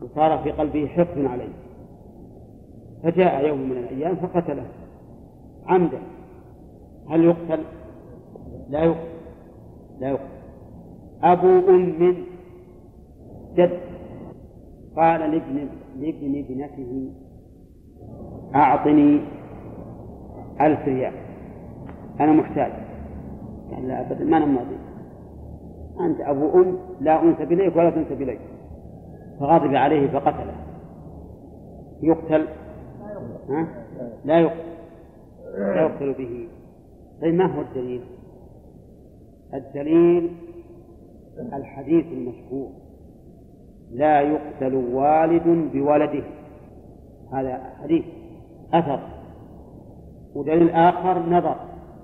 وصار في قلبه حقد عليه، فجاء يوم من الأيام فقتله عمدا، هل يقتل؟ لا يقتل، لا يقتل. أبو أم جد قال لابن ابنته أعطني 1000 ريال أنا محتاج، قال لا أبدا ما نماضي، أنت أبو أم لا أنسب إليك ولا تنسب إليك، فغضب عليه فقتله. يقتل؟ لا يقتل، لا يقتل به. طيب ما هو الدليل؟ الدليل الحديث المشهور لا يقتل والد بولده، هذا حديث أثر. ودليل آخر نظر،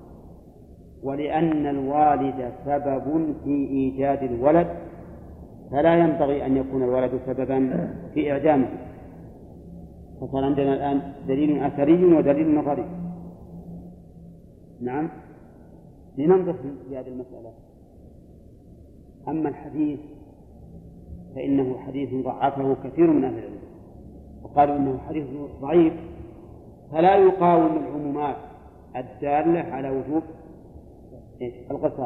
ولأن الوالد سبب في إيجاد الولد فلا ينبغي أن يكون الولد سببا في إعدامه. فصار عندنا الآن دليل أثري ودليل نظري. نعم، لننظر في هذه المسألة. أما الحديث فإنه حديث ضعفه كثير من أهل العلم وقالوا إنه حديث ضعيف، فلا يقاوم العمومات الدالة على وجوب القصاص.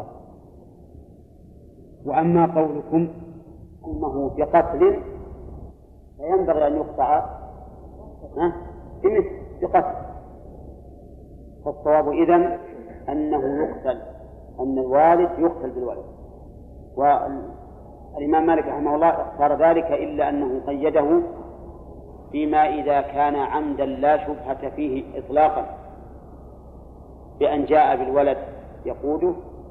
وأما قولكم أنه بقتل فينبغي أن يقطع بقتل، فالصواب إذن أنه يقتل، أن الوالد يقتل بالولد. والإمام مالك رحمه الله اختار ذلك إلا أنه قيده فيما إذا كان عمدا لا شبهة فيه إطلاقا، بأن جاء بالولد يقوده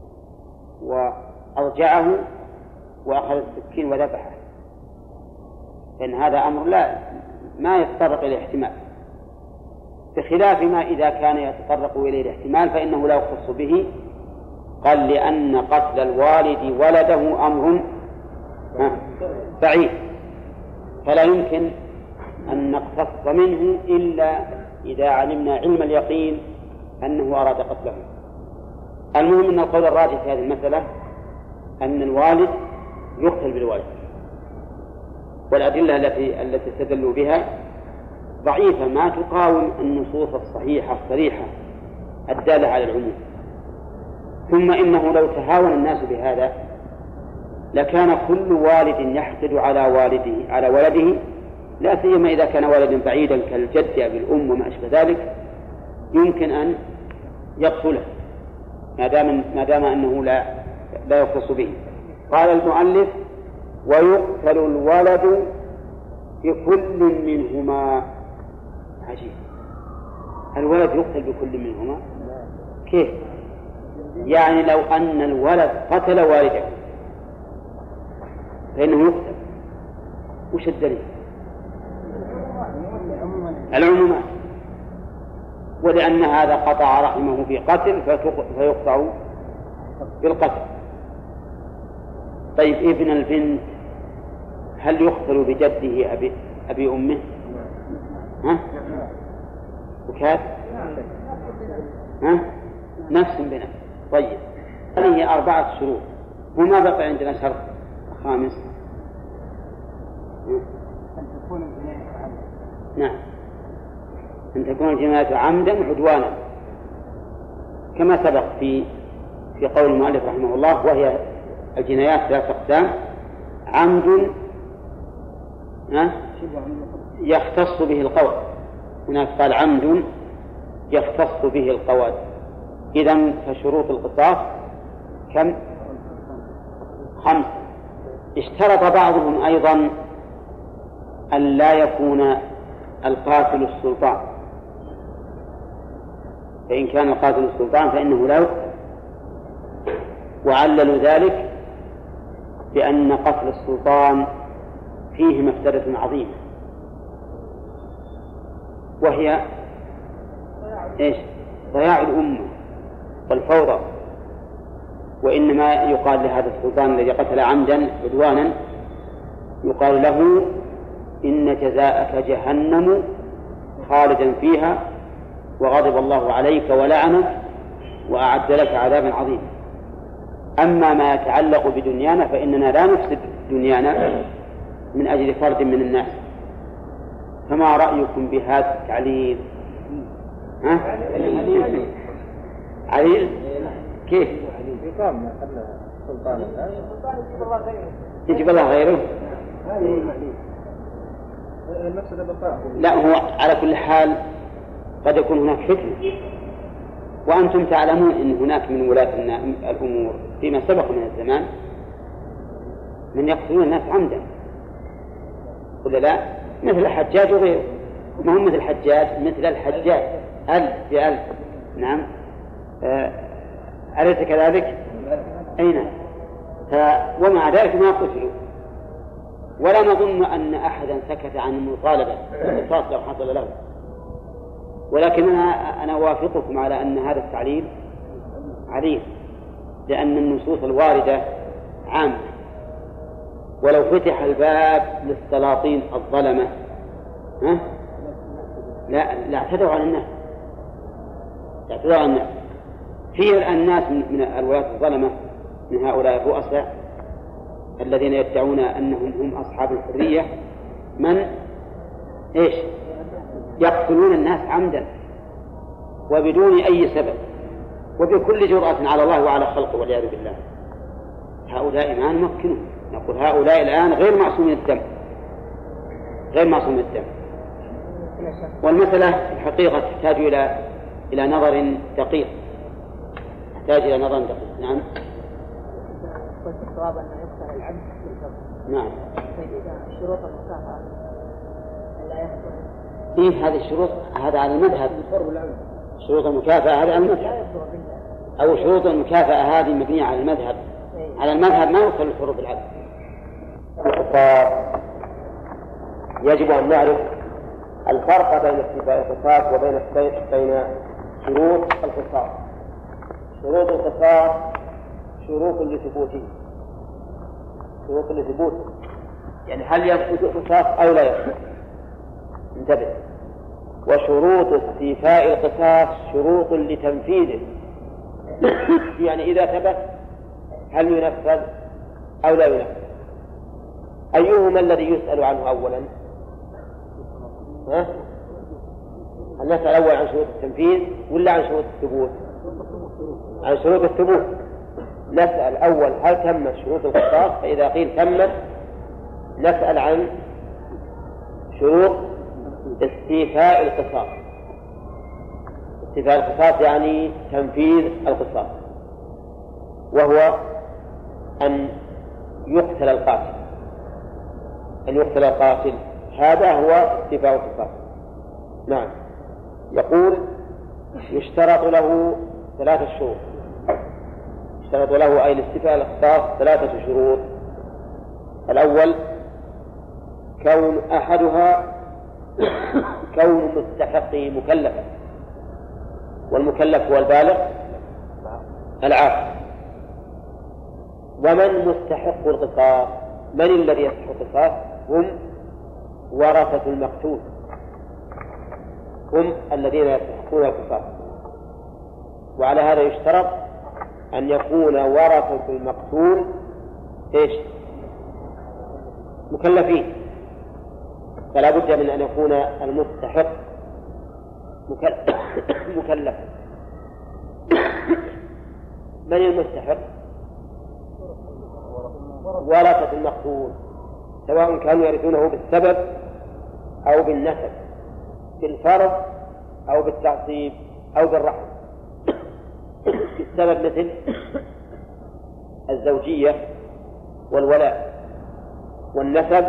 وأرجعه وأخذ السكين وذبحه، لأن هذا أمر ما يتطرق إلى الاحتمال، بخلاف ما إذا كان يتطرق إليه الاحتمال فإنه لا يختص به. قال لأن قتل الوالد ولده أمر بعيد، فلا يمكن أن نقتص منه إلا إذا علمنا علم اليقين أنه أراد قتله. المهم أن القول الراجح في هذه المسألة أن الوالد يقتل بالوالد، والأدلة التي استدلوا بها ضعيفة ما تقاوم النصوص الصحيحة الصريحة الدالة على العموم. ثم إنه لو تهاون الناس بهذا لكان كل والد يحقد على ولده، لا سيما إذا كان والدا بعيدا كالجد أو الأم وما أشبه ذلك، يمكن أن يقتله ما دام أنه لا يختص به. قال المؤلف: ويقتل الولد بكل منهما. عجيب، الولد يقتل بكل منهما كيف؟ يعني لو أن الولد قتل والده فإنه يقتل. وش الدليل؟ العمومات، ولأن هذا قطع رحمه في قتل فيقطع بالقتل. طيب ابن البنت هل يقتل بجده أبي أمه؟ وكاد نفس بنفس. طيب هذه 4 شروط، وما بقي عندنا شرط خامس. نعم، أن تكون الجناية عمدا عدوانا كما سبق في قول المؤلف رحمه الله، وهي الجنايات 3 أقسام: عمد يختص به القول، هناك قال عمد يختص به القول. إذن فشروط القصاص كم؟ 5. اشترط بعضهم أيضا أن لا يكون القاتل السلطان، فإن كان القاتل السلطان فإنه لا يقتل، وعللوا ذلك بأن قتل السلطان فيه مفسدة عظيمة، وهي ضياع الأمة والفوضى. وإنما يقال لهذا السلطان الذي قتل عمدا عدوانا يقال له: إن جزاءك جهنم خالدا فيها وغضب الله عليك ولعنك وأعد لك عذابا عظيما. أما ما يتعلق بدنيانا فإننا لا نفسد دنيانا من أجل فرد من الناس. فما رأيكم بهذا التعليل؟ ها؟ عليل كيف؟ يجب الله غيره. لا، هو على كل حال قد يكون هناك فتنة، وأنتم تعلمون أن هناك من ولاة الأمور فيما سبق من الزمان من يقتلون الناس عمدا، ولا لا؟ مثل الحجاج وغيره. ما هم مثل الحجاج، مثل الحجاج 1000 ب1000. نعم، أليس كذلك؟ أين؟ ومع ذلك ما قتلوا، ولا نظن أن أحدا سكت عن المطالبة بالقصاص لو حصل له. ولكن أنا أوافقكم على أن هذا التعليل عليل، لأن النصوص الواردة عامة، ولو فتح الباب للسلاطين الظلمة لا اعتدوا على الناس، في الآن ناس من الولاة الظلمة من هؤلاء الرؤساء الذين يدعون أنهم هم أصحاب الحرية، من يقتلون الناس عمدا وبدون أي سبب وبكل جرأة على الله وعلى خلقه والعياذ بالله. هؤلاء ما نمكنهم، نقول هؤلاء الآن غير معصومين الدم، والمسألة الحقيقة تحتاج إلى نظر دقيق، نعم. والصواب أن يقتل العبد نعم. شروط المكافأة لا يقتل. إيه هذه الشروط؟ هذا على المذهب. شروط المكافأة هذا على المذهب، أو شروط المكافأة هذه مبنية على المذهب. على المذهب ما يقتل شروط العبد. يجب أن نعرف الفرق بين استيفاء القصاص وبين شروط القصاص. شروط القصاص شروط لثبوته، يعني هل يثبت القصاص أو لا يثبت؟ انتبه. وشروط استيفاء القصاص شروط لتنفيذه، يعني إذا ثبت هل ينفذ أو لا ينفذ؟ أيهما الذي يسأل عنه أولا؟ هل نسأل أول عن شروط التنفيذ ولا عن شروط الثبوت؟ عن شروط الثبوت. نسأل أول هل تمت شروط القصاص، فإذا قيل تمت نسأل عن شروط استيفاء القصاص. استيفاء القصاص يعني تنفيذ القصاص، وهو أن يقتل القاتل، هذا هو استيفاء القصاص. نعم. يقول يشترط له 3 شروط. اشترط له أي لاستيفاء القصاص 3 شروط. الأول كون أحدها كون مستحقه مكلفا، والمكلف هو البالغ العاقل. ومن مستحق القصاص؟ من الذي يستحق القصاص؟ هم ورثة المقتول، هم الذين يستحقون القصاص. وعلى هذا يشترط أن يكون ورثة المقتول مكلفين، فلا بد من أن يكون المستحق مكلف. من المستحق؟ ورثة المقتول، سواء كانوا يرثونه بالسبب أو بالنسب، بالفرض أو بالتعصيب أو بالرحم. بالسبب مثل الزوجية والولاء، والنسب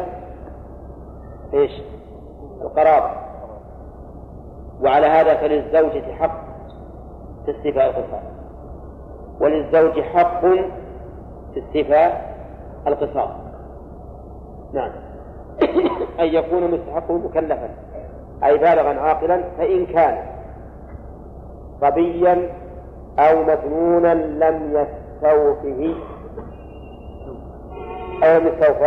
القرابة. وعلى هذا فللزوجة حق في استيفاء القصاص، وللزوج حق في استيفاء القصاص. نعم. أن يكون مستحقه مكلفا أي بالغا عاقلا، فإن كان صبيا أو مجنونا لم يستوفه أو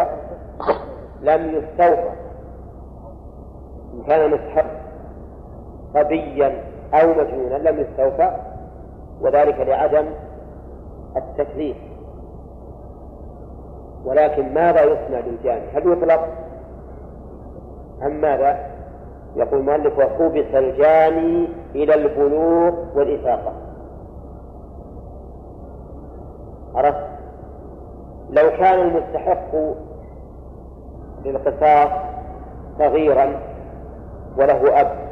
لم يستوفى. إن كان مستحق صبيا أو مجنونا لم يستوفى، وذلك لعدم التكليف. ولكن ماذا يصنع بالجاني؟ هل يطلق عن ماذا؟ يقول المؤلف وحبس الجاني إلى البلوغ والإفاقة. عرفت؟ لو كان المستحق للقصاص صغيرا وله أب،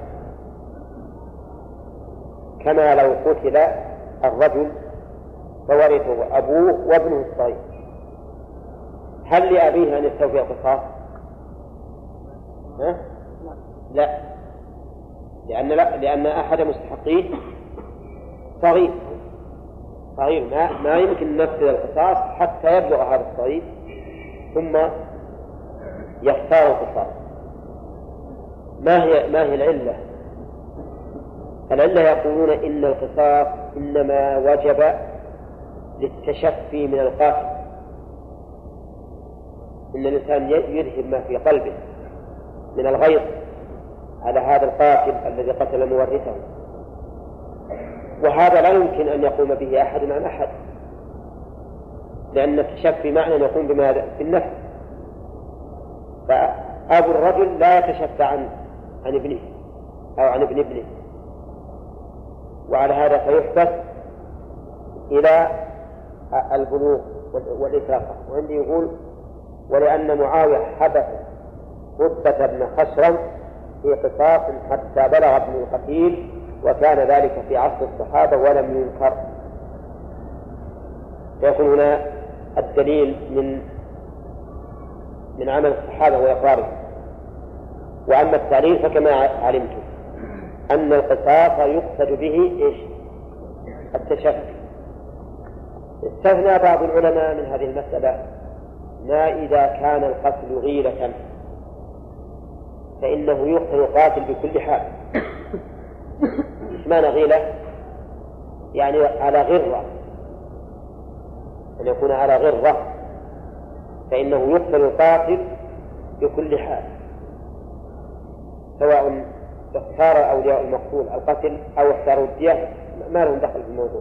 كما لو قتل الرجل فورثه أبوه وابنه الصغير، هل لأبيه أن يستوفي القصاص؟ لا، لأن أحد مستحقيه صغير ما يمكن نفذ القصاص حتى يبلغ هذا الصغير ثم يختار القصاص. ما هي العلة؟ العلة يقولون إن القصاص إنما وجب للتشفي من القاتل، إن الإنسان يذهب ما في قلبه من الغيظ على هذا القاتل الذي قتل مورثه، وهذا لا يمكن أن يقوم به أحد عن أحد، لأن التشفي معنى يقوم بماذا؟ بالنفس. فأبو الرجل لا يتشفى عن ابنه أو عن ابن ابنه، وعلى هذا فيحبس إلى البلوغ والإفاقة. وعندي يقول ولأن معاوية حبس رتبة بن خشرم في قصاص حتى بلغ ابن القتيل، وكان ذلك في عصر الصحابة ولم ينكر. فيكون هنا الدليل من عمل الصحابة وإقرارهم. وأما التعليل فكما علمتم أن القصاص يقصد به التشفي. استثنى بعض العلماء من هذه المسألة ما إذا كان القتل غيلة فإنه يقتل القاتل بكل حال. معنى غيلة يعني على غرة، أن يكون على غرة، فإنه يقتل القاتل بكل حال، سواء اختار أولياء المقتول القتل أو اختاروا الدية، ما لهم دخل في الموضوع.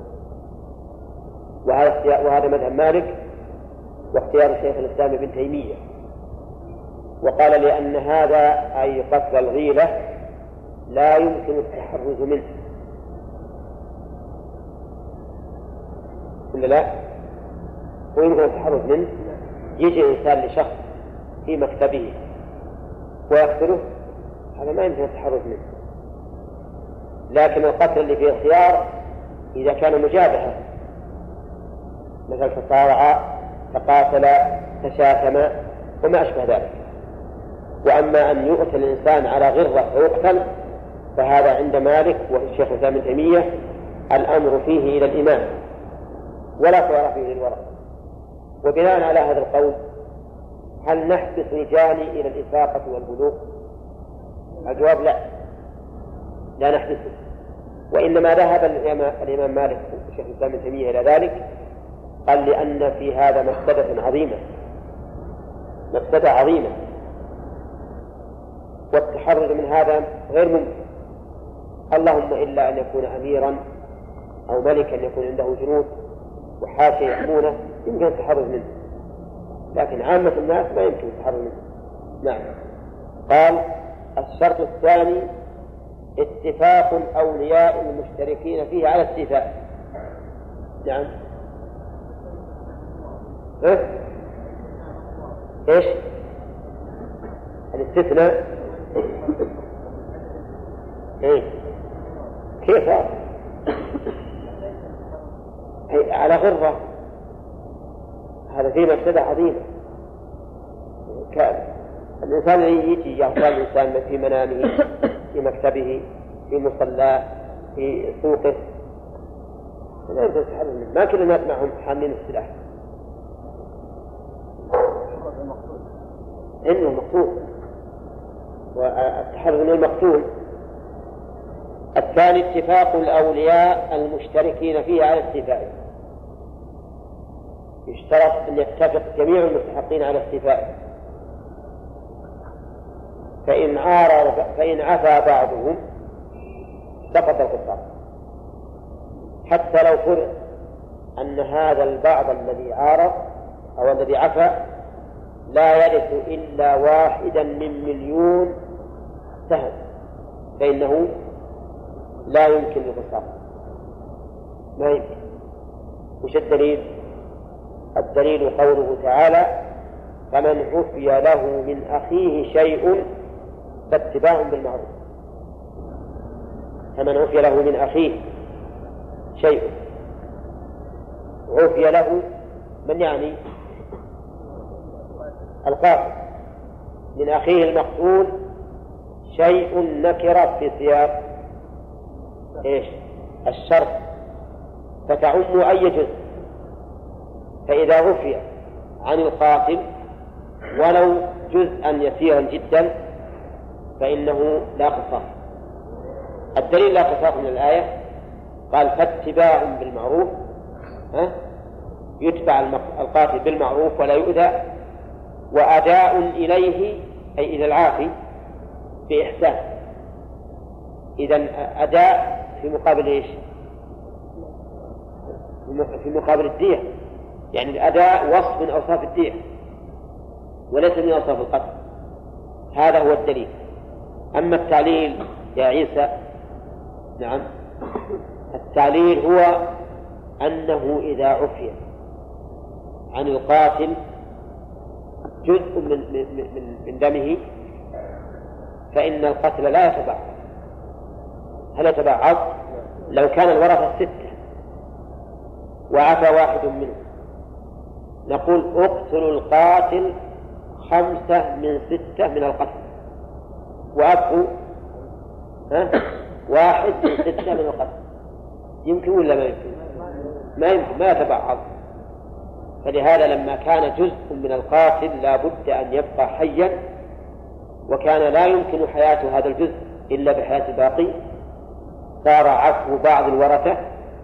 وهذا مذهب مالك واختيار شيخ الإسلام ابن تيمية، وقال لأن هذا أي قتل الغيلة لا يمكن التحرز منه، ولا لا؟ ويمكن التحرز منه. يجي إنسان لشخص في مكتبه ويقتله، هذا ما يمكن التحرز منه. لكن القتل اللي فيه خيار إذا كان مجابهة، مثل تصارع، تقاتل، تشاكم وما أشبه ذلك. وأما أن يقتل الإنسان على غرة ويقتل فهذا عند مالك والشيخ الإسلام ابن تيمية الأمر فيه إلى الإمام ولا خيار فيه للورع. وبناء على هذا القول هل نحبس الجاني إلى الإفاقة والبلوغ؟ الجواب لا نحبسه، وإنما ذهب الإمام مالك والشيخ الإسلام ابن تيمية إلى ذلك، قال لأن في هذا مفسدة عظيمة، والتحرز من هذا غير ممكن، اللهم إلا أن يكون أميرا أو ملكا يكون عنده جنود وحاشا يحمونه يمكن التحرز منه، لكن عامة الناس ما يمكن التحرز منه. نعم. قال الشرط الثاني اتفاق الأولياء المشتركين فيه على استيفاء. نعم. ايش الاستثناء؟ كيف على غرة؟ هذا فيه مفسدة عظيمة. الإنسان يجي يغتال الإنسان في منامه، في مكتبه، في مصلاه، في سوقه، لا يمكن التحرز منه. ما كل الناس معهم حاملين السلاح. إنه مقتول، والتحرز من المقتول. الثاني اتفاق الأولياء المشتركين فيه على استيفائه، يشترط أن يتفق جميع المستحقين على استيفائه، فإن عفا بعضهم سقط القصاص، حتى لو فرض أن هذا البعض الذي عارض أو الذي عفا لا يرث إلا واحدا من 1,000,000 سهم فإنه لا يمكن القصاص، ما يمكن. وش الدليل؟ الدليل قوله تعالى: فمن عفي له من أخيه شيء فاتباع بالمعروف. فمن عفي له من أخيه شيء، عفي له من يعني القاتل، من أخيه المقتول شيء نكر في سياق إيش؟ الشرط، فتعم أي جزء. فإذا عفي عن القاتل ولو جزءا يسيرا جدا فإنه لا قصاص. الدليل لا قصاص من الآية، قال: فاتباع بالمعروف، يتبع القاتل بالمعروف ولا يؤذى، وأداء إليه أي إلى العافي بإحسان. إذن أداء في مقابل إيش؟ في مقابل الدية، يعني الأداء وصف من أوصاف الدية وليس من أوصاف القتل. هذا هو الدليل. أما التعليل يا عيسى، نعم، التعليل هو أنه إذا عفي عن القاتل جزء من دمه فإن القتل لا يتبعض. هل يتبعض؟ لو كان الورثة 6 وعفى واحد منهم نقول: اقتلوا القاتل 5 من 6 من القتل، وأبقوا 1 من 6 من القتل. يمكن ولا ما يمكن؟ ما يمكن، ما يتبعض. فلهذا لما كان جزء من القاتل لا بد أن يبقى حيا، وكان لا يمكن حياة هذا الجزء إلا بحياة الباقي، صار عفو بعض الورثة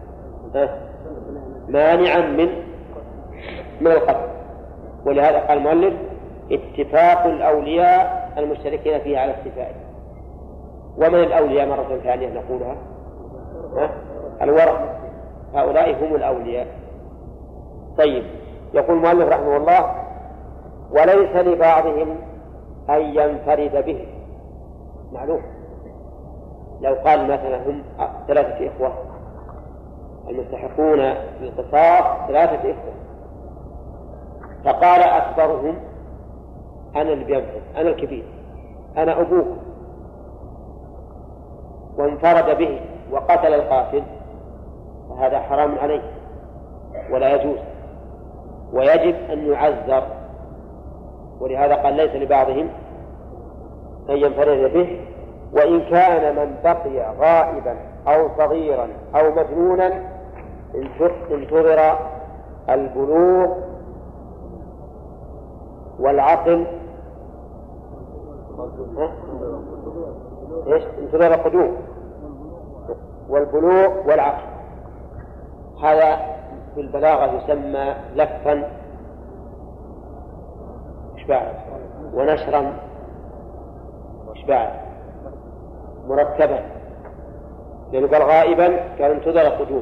مانعا من القتل. ولهذا قال المؤلف: اتفاق الأولياء المشتركين فيها على اتفاقه. ومن الأولياء مرة ثانية نقولها؟ الورثة، هؤلاء هم الأولياء. طيب، يقول المؤلف رحمه الله: وليس لبعضهم أن ينفرد به. معلوم، لو قال مثلا هم 3 إخوة المستحقون للقصاص 3 إخوة، فقال أكبرهم: أنا اللي بينفذ، أنا الكبير، أنا أبوك، وانفرد به وقتل القاتل، فهذا حرام عليه ولا يجوز، ويجب أن يعذر. ولهذا قال: ليس لبعضهم أن ينفرد به، وإن كان من بقي غائبا أو صغيرا أو مجنونا انتظر البلوغ والعقل، انتظر القدوم والبلوغ والعقل. هذا في البلاغة يسمى لفا ونشرا مرتبا، لأنه قال غائبا قال انتظر القدوم،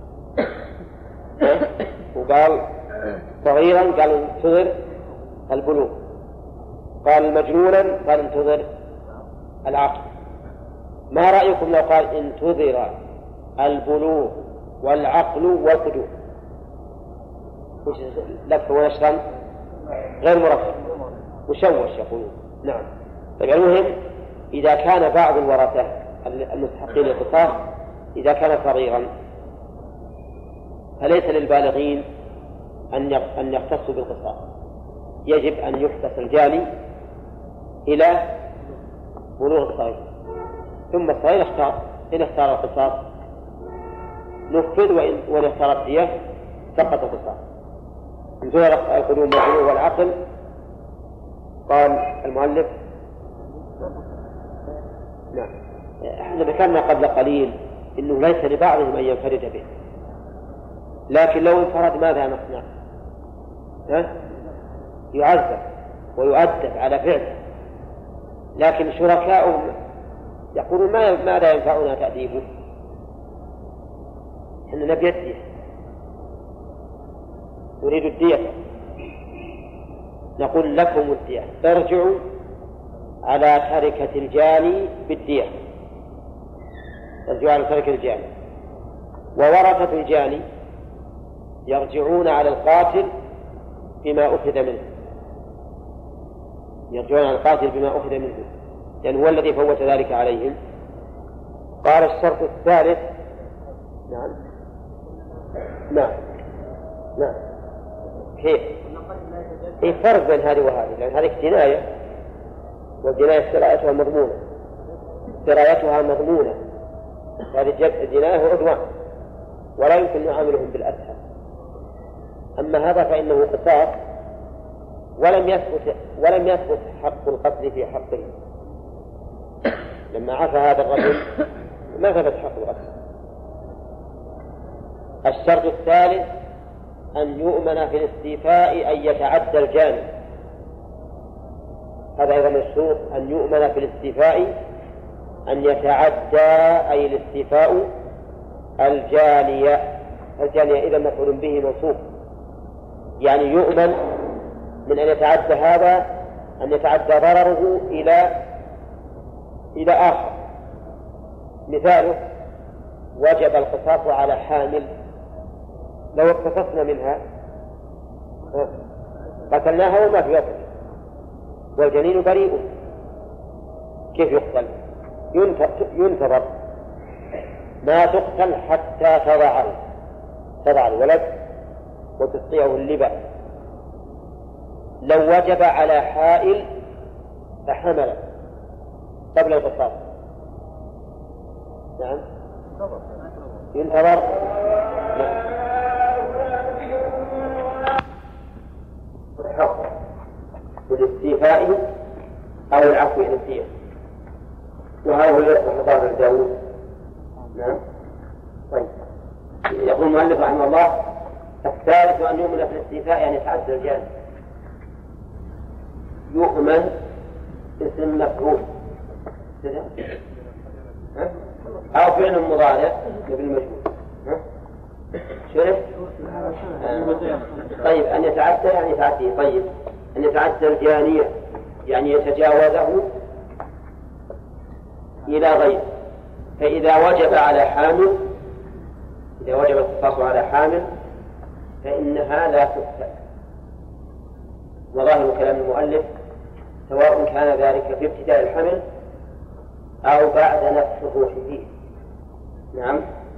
وقال صغيرا قال انتظر البلوغ، قال مجنونا قال انتظر العقل. ما رأيكم لو قال انتظر البلوغ والعقل والقدوم؟ وش لف ونشرا غير مرتب، مشوش يقولون. نعم. طيب، المهم إذا كان بعض الورثة المستحقين للقصاص إذا كان صغيرا فليس للبالغين أن يختصوا بالقصاص، يجب أن يحبس الجاني إلى بلوغ الصغير، ثم الصغير إن اختار القصاص نفذ، وإن اختار الدية سقط القصاص. انتظر القدوم والبلوغ والعقل. قال المؤلف: نعم، احنا ذكرنا قبل قليل انه ليس لبعضهم ان ينفرد به، لكن لو انفرد ماذا نصنع؟ يعذب ويؤدب على فعله، لكن شركاؤهم يقولون ماذا ينفعنا تأديبه؟ احنا نبي الدية، نريد الدية. نقول لكم الدية، ارجعوا على تركة الجاني بالدية، يرجعون على تركة الجاني. وورثة الجاني يرجعون على القاتل بما أخذ منه، يرجعون على القاتل بما أخذ منه، لأن هو الذي فوت ذلك عليهم. قال الشرط الثالث. نعم نعم نعم. كيف؟ في فرق بين هذه وهذه، لأن هذه جناية، والجناية سرايتها مضمونة، سرايتها مضمونة، هذه جناية وعدوان ولا يمكن نعاملهم بالأسهل. أما هذا فإنه قصاص، ولم يثبت حق القتل في حقه. لما عفى هذا الرجل ما ثبت حق القتل. الشرط الثالث أن يؤمن في الاستيفاء أن يتعدى الجاني. هذا أيضا الشروط، أن يؤمن في الاستيفاء أن يتعدى، أي الاستيفاء الجانية إذا مفعول به منصوب، يعني يؤمن من أن يتعدى هذا، أن يتعدى ضرره إلى آخر. مثاله وجب القصاص على حامل، لو اقتصصنا منها قتلناها وما في وقت، والجنين بريء، كيف يقتل؟ ينتظر ما تقتل حتى تضع الولد وتسقيه اللبن. لو وجب على حائل فحمل قبل القصاص، نعم ينتظر. نعم. الحق والاستيفاء أو العفو إلى الدية، وهذا هو يصلح حضارة داود. نعم. طيب، يقول المؤلف رحمه الله: الثالث أن يؤمن في الاستيفاء يعني يتعدى الجانب. يؤمن اسم مفعول أو فعل مضارع بالمجهول. شرف. طيب، أن يتعدى يعني يتعدي. طيب، أن يتعدى الجانية يعني يتجاوزه إلى غيره. فإذا وجب على حامل، إذا وجب القصاص على حامل فإنها لا تقتل. وظاهر كلام المؤلف سواء كان ذلك في ابتداء الحمل أو بعد نفخ الروح فيه. نعم،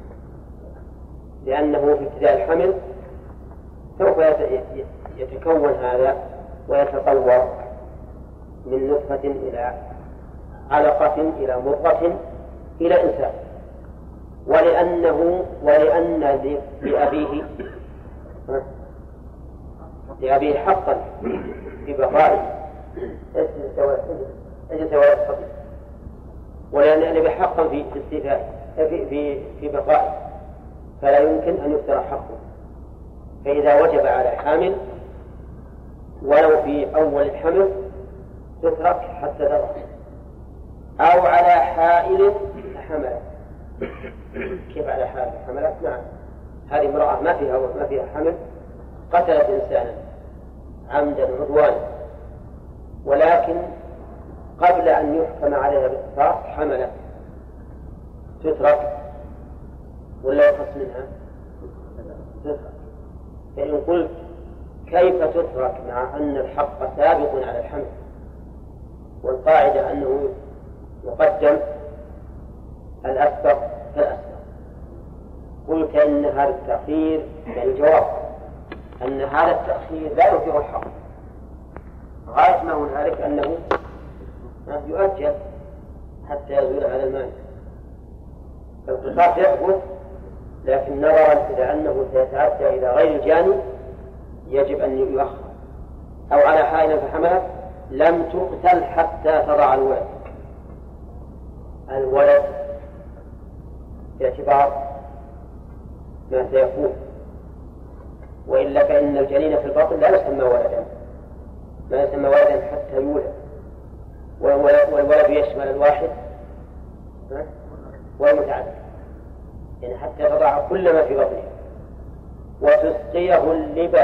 لأنه في ابتداء الحمل سوف يتكون هذا ويتطور من نطفة إلى علقة إلى مضغة إلى إنسان. ولأن لأبيه حقا في بقائه ولأن لأبيه حقا في استيفائه في بقائه، فلا يمكن أن يفترى حقه. فإذا وجب على حامل ولو في أول الحمل تترك حتى تضع، أو على حائل حمل. كيف على حائل حملت؟ نعم، هذه امرأة ما فيها حمل، قتلت إنسانا عمدا عدوانا، ولكن قبل أن يحكم عليها بالقصاص حملت، تترك ولا يقص منها؟ تترك. فإن قلت كيف تترك مع أن الحق سابق على الحمل، والقاعدة أنه يقدم الأسبق فالأسبق، قلت أن هذا التأخير يعني الجواب أن هذا التأخير لا يوفر الحق، غاية ما هنالك أنه يؤجل حتى يزول على المال. فالقصاص يثبت، لكن نظرا إلى أنه سيتعدى إلى غير الجاني يجب أن يؤخر. أو على حائل فحملت لم تقتل حتى تضع الولد باعتبار ما سيكون، وإلا فإن الجنين في البطن لا يسمى ولدا حتى يولد، والولد يشمل الواحد والمتعدد، يعني حتى تضع كل ما في بطنه. وتسقيه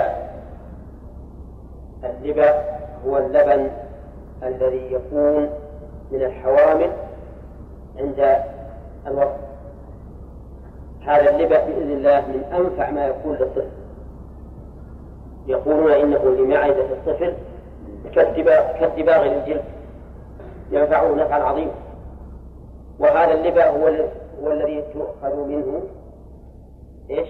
اللبن هو اللبن الذي يكون من الحوامل عند الوضع. هذا اللبأ بإذن الله من أنفع ما يكون للطفل. يقولون إنه لمعدة الطفل كالدباغ للجلد، ينفعه نفعا عظيما. وهذا اللبأ هو الذي تؤخذ منه إيش؟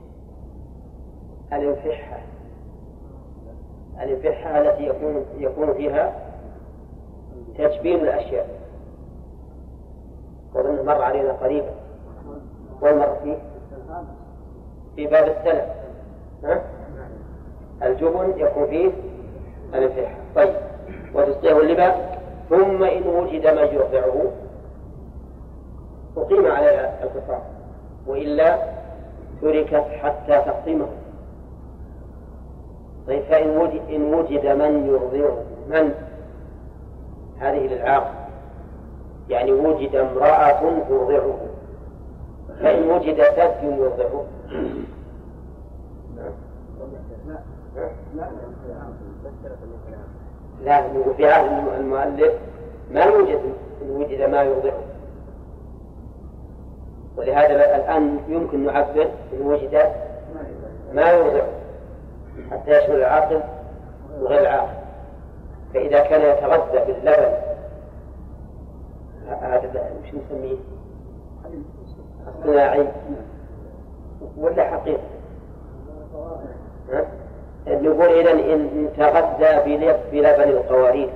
الانفحة التي يكون فيها تجبين الأشياء. وظن مر علينا قريبا والمر في باب السلف، الجبن يكون فيه الانفحة. طيب، وتسقيه اللبن، ثم إن وجد من يرضعه أقيم عليها القصاص، وإلا تركت حتى تقسمه. طيب، فإن وجد من يرضعه، من هذه للعاقل، يعني وجد امرأة ترضعه، فإن وجد ثدي يرضعه لا، في عهد المؤلف ما يوجد إن وجد ما يرضعه، ولهذا الآن يمكن نعبر إن وجد ما يرضعه حتى يشمل العاقل وغير العاقل. فإذا كان يتغذى باللبن، هذا وش نسميه؟ اصطناعي ولا حقيقي؟ نقول إذن إن تغذى بلبن القوارير،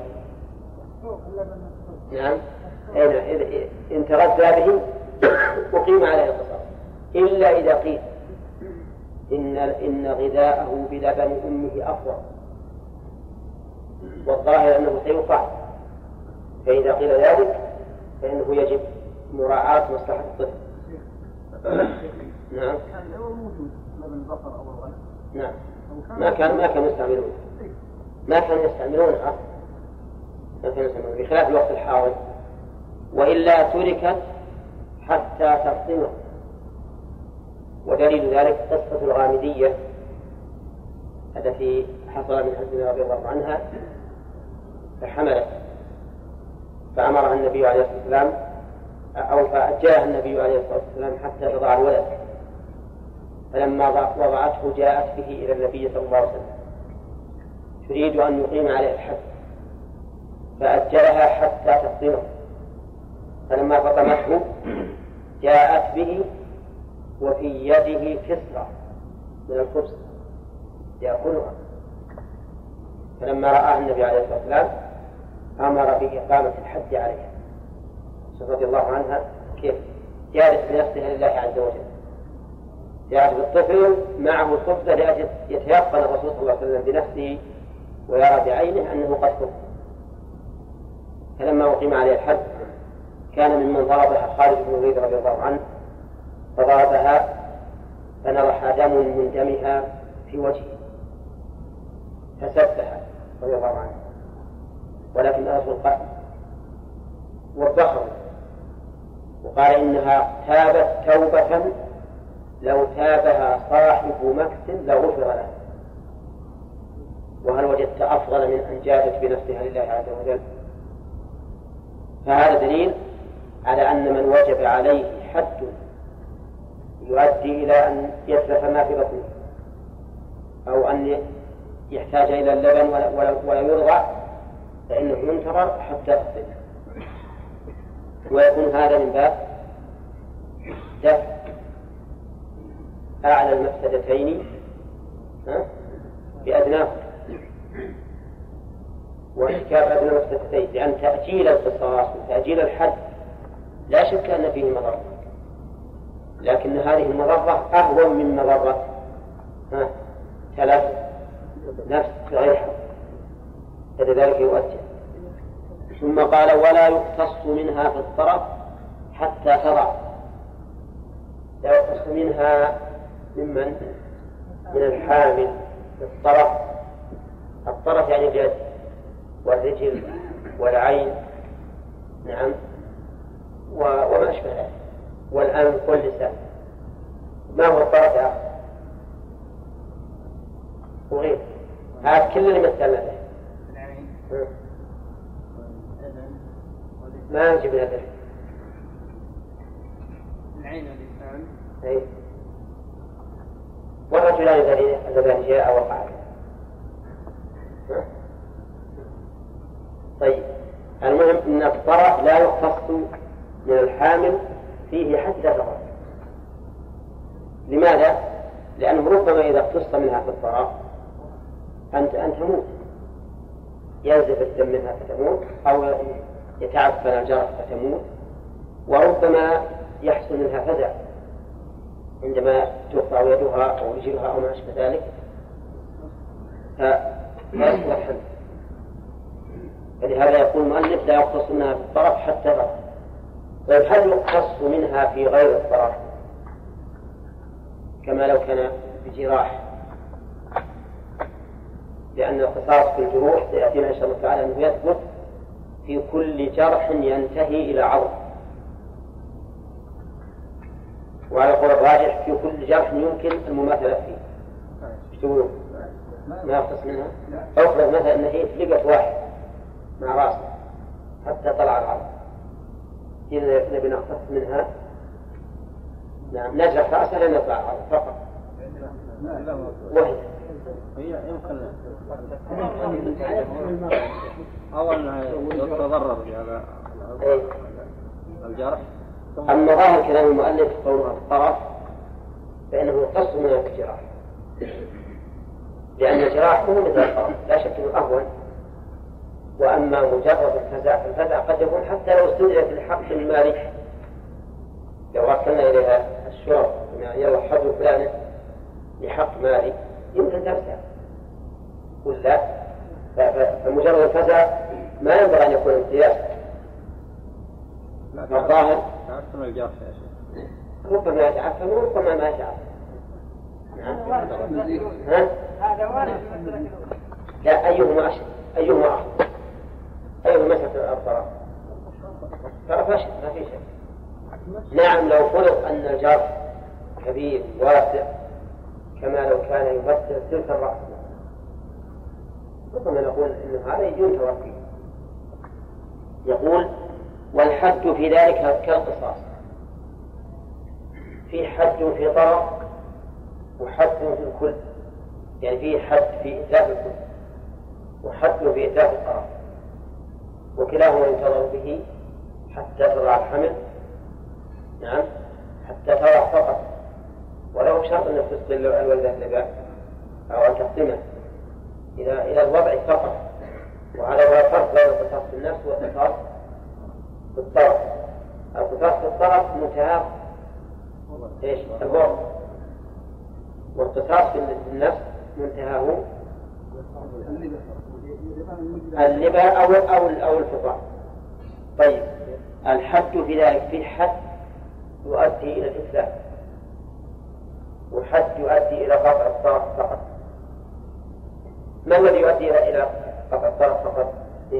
نعم، إن تغذى به أقيم عليه القصاص، إلا إذا قيل إن غذاءه بلبن أمه أفضل، والظاهر أنه سيقع. فإذا قيل ذلك فإنه يجب مراعاة مصلحة الطفل. نعم. نعم. ما كانوا يستعملون بخلاف الوقت الحاضر، وإلا تركت حتى تفطمه. ودليل ذلك قصة الغامدية التي حصل من حزن رضي الله عنها، فحملت فأمرها النبي عليه الصلاة والسلام، أو فأجاها النبي عليه الصلاة والسلام حتى تضع الولد، فلما وضعته جاءت به إلى النبي صلى الله عليه وسلم تريد أن يقيم عليه الحد، فأجلها حتى تفطمه. فلما فطمته جاءت به وفي يده كسرة من الخبز يأكلها، فلما رآها النبي عليه الصلاة والسلام أمر بإقامة الحد عليها رضي الله عنها. كيف جالس بنفسها لله عز وجل، جالس بالطفل معه الخبز لأجل يتيقن الرسول صلى الله عليه وسلم بنفسه ويرى بعينه أنه قد خبز. فلما أقيم عليه الحد كان ممن ضربها خالد بن الوليد رضي الله عنه، فضربها فنضح دم من دمها في وجهه فسبها رضي الله عنه، ولكن الرسول وبخه وقال إنها تابت توبة لو تابها صاحب مكس لغفر له. وهل وجدت أفضل من أن جادت بنفسها لله عز وجل؟ فهذا دليل على أن من وجب عليه حد يؤدي إلى أن يتلف ما في بطنه، أو أن يحتاج إلى اللبن ولا يرضع، فإنه ينتظر حتى يصل، ويكون هذا من باب دفع أعلى المفسدتين بأدناه، وإحكام أدنى المفسدتين، لأن تأجيل القصاص وتأجيل الحد لا شك أن فيه مضرة، لكن هذه المضرة أهون من مضرة تلف نفس غير حق، فلذلك يؤجل. ثم قال ولا يقتص منها في الطرف حتى تضع. لا يقتص منها من الحامل في الطرف يعني اليد والرجل والعين، نعم، وما أشبه ذلك، والأنف واللسان. ما هو الطرف يا أخي؟ وغير هذا كل اللي مثلنا به. ما يجب من الدم. العين واللسان. أي. والرجلان اللذان جاء وقعا. طيب المهم أن الطرف لا يختص من الحامل فيه حتى تضع. لماذا؟ لأنه ربما إذا اقتص منها في الطرف أن تموت، ينزف الدم منها فتموت، أو يتعفن الجرح فتموت، وربما يحصل منها فزع عندما تقطع يدها أو رجلها أو ما أشبه ذلك فلا يصلح الحمل. فلهذا يقول المؤلف لا يقتص منها في الطرف حتى تضع. طيب هل يقتص منها في غير الطرف كما لو كان بجراح؟ لأن القصاص في الجروح سيأتينا إن شاء الله تعالى أنه يثبت في كل جرح ينتهي إلى عظم، وعلى قول الراجح في كل جرح يمكن المماثلة فيه. ايش تقولون؟ ما يقتص منها؟ أفرض مثلا أن هي لقت واحد مع راسه حتى طلع العظم، إذا نبي نقتص منها نعم نجرح راسه لن يطلع العظم فقط وهي هي يمكن أو أنها يتضرر بهذا الجرح. أما ظاهر كلام المؤلف قولها الطرف فإنه يقتص من الجراح، لأن الجراح هو مثل الطرف لا شك أنه أهون. وأما مجرد الفزع فالفزع قد يكون حتى لو استدعت لحق المالي، لو وصلنا إليها الشرط يعني يلا حظ فلان لحق مالي يمكن تفزع ولا فمجرد الفزع ما ينبغي أن يكون امتياز. الظاهر تعفن الجرح يا شيخ، ربما يتعفن وربما ما يتعفن. هذا وارد. لا أيهما أشد أيهما مسألة الطرف طرف أشد ما في شيء. نعم لو فرض أن الجرح كبير واسع كما لو كان يمثل تلك الرأس ربما نقول إن هذا ينكر فيه. يقول والحد في ذلك كالقصاص، في حد في طرف وحد في الكل، يعني في حد في إتلاف الكل وحد في إتلاف الطرف، وكلاهما ينتظر به حتى تضع الحمل. نعم حتى تضع فقط، ولو شرط أن تسقي الولد اللبان أو أن تقسمه إلى الوضع فقط. وهذا هو الفرق بين القصاص في النفس والقصاص في الطرف. القصاص في الطرف منتهى ايش؟ الوضع، والقصاص في النفس منتهاه اللبا أو الفطام. طيب الحد في ذلك في حد يؤدي إلى الإتلاف وحد يؤدي إلى قطع الطرف فقط. ما الذي يؤدي إلى قطع الطرف فقط؟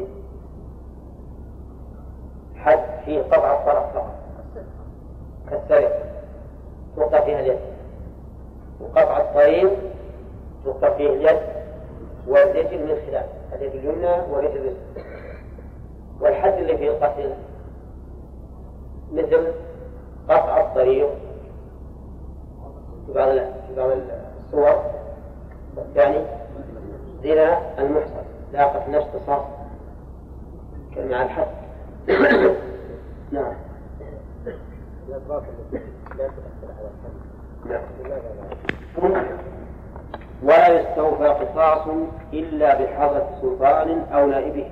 حد فيه قطع الطرف فقط كالسرقة توقع فيها اليد، وقطع الطريق توقع فيه اليد والرجل من خلاف اليد اليمنى واليد اليسرى. والحد اللي فيه القتل مثل قطع الطريق في بعض الصور، يعني زنا المحصن لا قتل نفس قصاص مع الحد. نعم ولا يستوفى قصاص إلا بحضرة سلطان أو نائبه.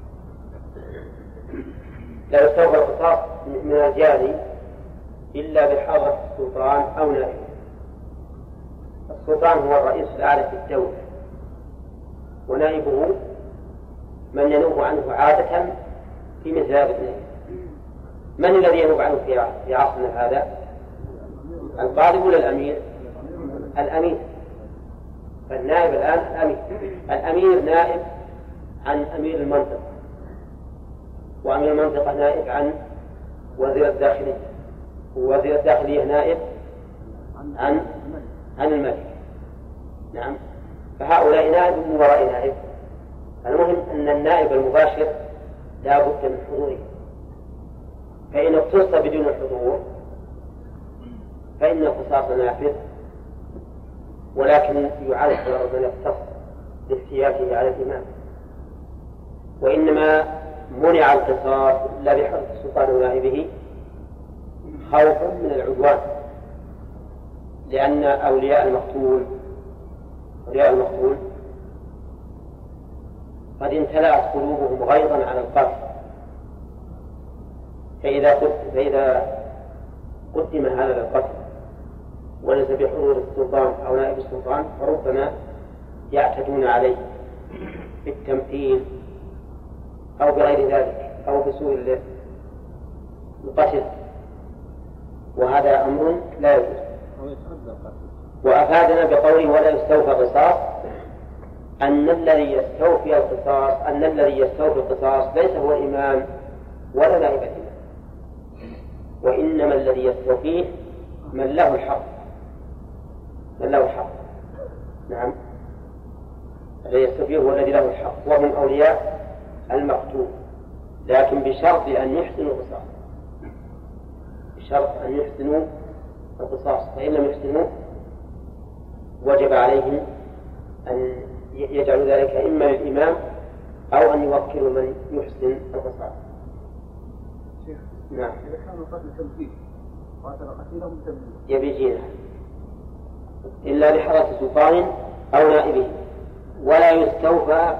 لا يستوفى القصاص من الجاني إلا بحضرة السلطان أو نائبه. السلطان هو الرئيس الأعلى في الدولة، ونائبه من ينوب عنه عادة في مثل هذا الاثنين. من الذي ينوب عنه في عصرنا هذا؟ القاضي ولا الأمير؟ الأمير. فالنائب الآن الأمير. الأمير نائب عن أمير المنطقة، وأمير المنطقة نائب عن وزير الداخلية، ووزير الداخلية نائب عن الملك. نعم فهؤلاء نائب من وراء نائب. المهم أن النائب المباشر لا بد من حضوره فإن اختص بدون الحضور فإن القصاص نافذ، ولكن يعذر من اختص باحتياجه على الإمام. وإنما منع القصاص لا بحرص السلطان ونائبه خوفا من العدوان، لأن أولياء المقتول قد امتلأت قلوبهم غيظا على القاتل، فإذا قدم هذا القتل وليس بحضور السلطان أو نائب السلطان فربما يعتدون عليه بالتمثيل أو بغير ذلك أو بسوء القتل، وهذا أمر لا يجوز. وأفادنا بقوله ولا يستوفى القصاص أن الذي يستوفي القصاص ليس هو الإمام ولا نائب الإمام، وإنما الذي يستوفيه من له الحق. نعم، الذي يستوفيه هو الذي له الحق، وهم أولياء المقتول، لكن بشرط أن يحسنوا القصاص، فإن لم يحسنوا وجب عليهم أن يجعلوا ذلك إما للإمام أو أن يوكلوا من يحسن القصاص. نعم. إذا كان القتل تمثيل قاتل قتيلا متمثيل يبيجينا إلا لحضرة سلطان أو نائبه، ولا يستوفى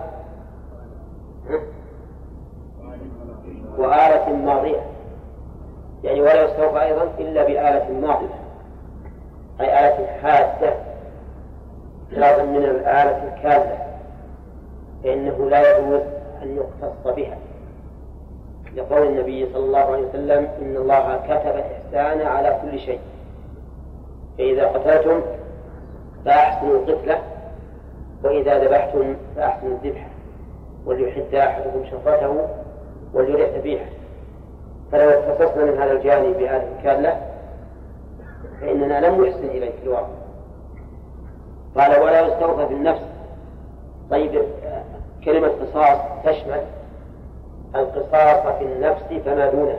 وآلة ماضية، يعني ولا يستوفى أيضا إلا بآلة ماضية، أي آلة حادة خلافا من الآلة الكاذبة، فإنه لا يجوز أن يقتص بها، لقول النبي صلى الله عليه وسلم إن الله كتب الإحسان على كل شيء، فإذا قتلتم فأحسنوا القتلة، وإذا ذبحتم فأحسنوا الذبح، وليحد أحدكم شفرته وليرح ذبيحه. فلو اختصصنا من هذا الجانب بآلة الكاذبة فإننا لم نحسن إليه في الواقع. قال ولا يستوفى في النفس. طيب، كلمة قصاص تشمل القصاص في النفس فما دونه،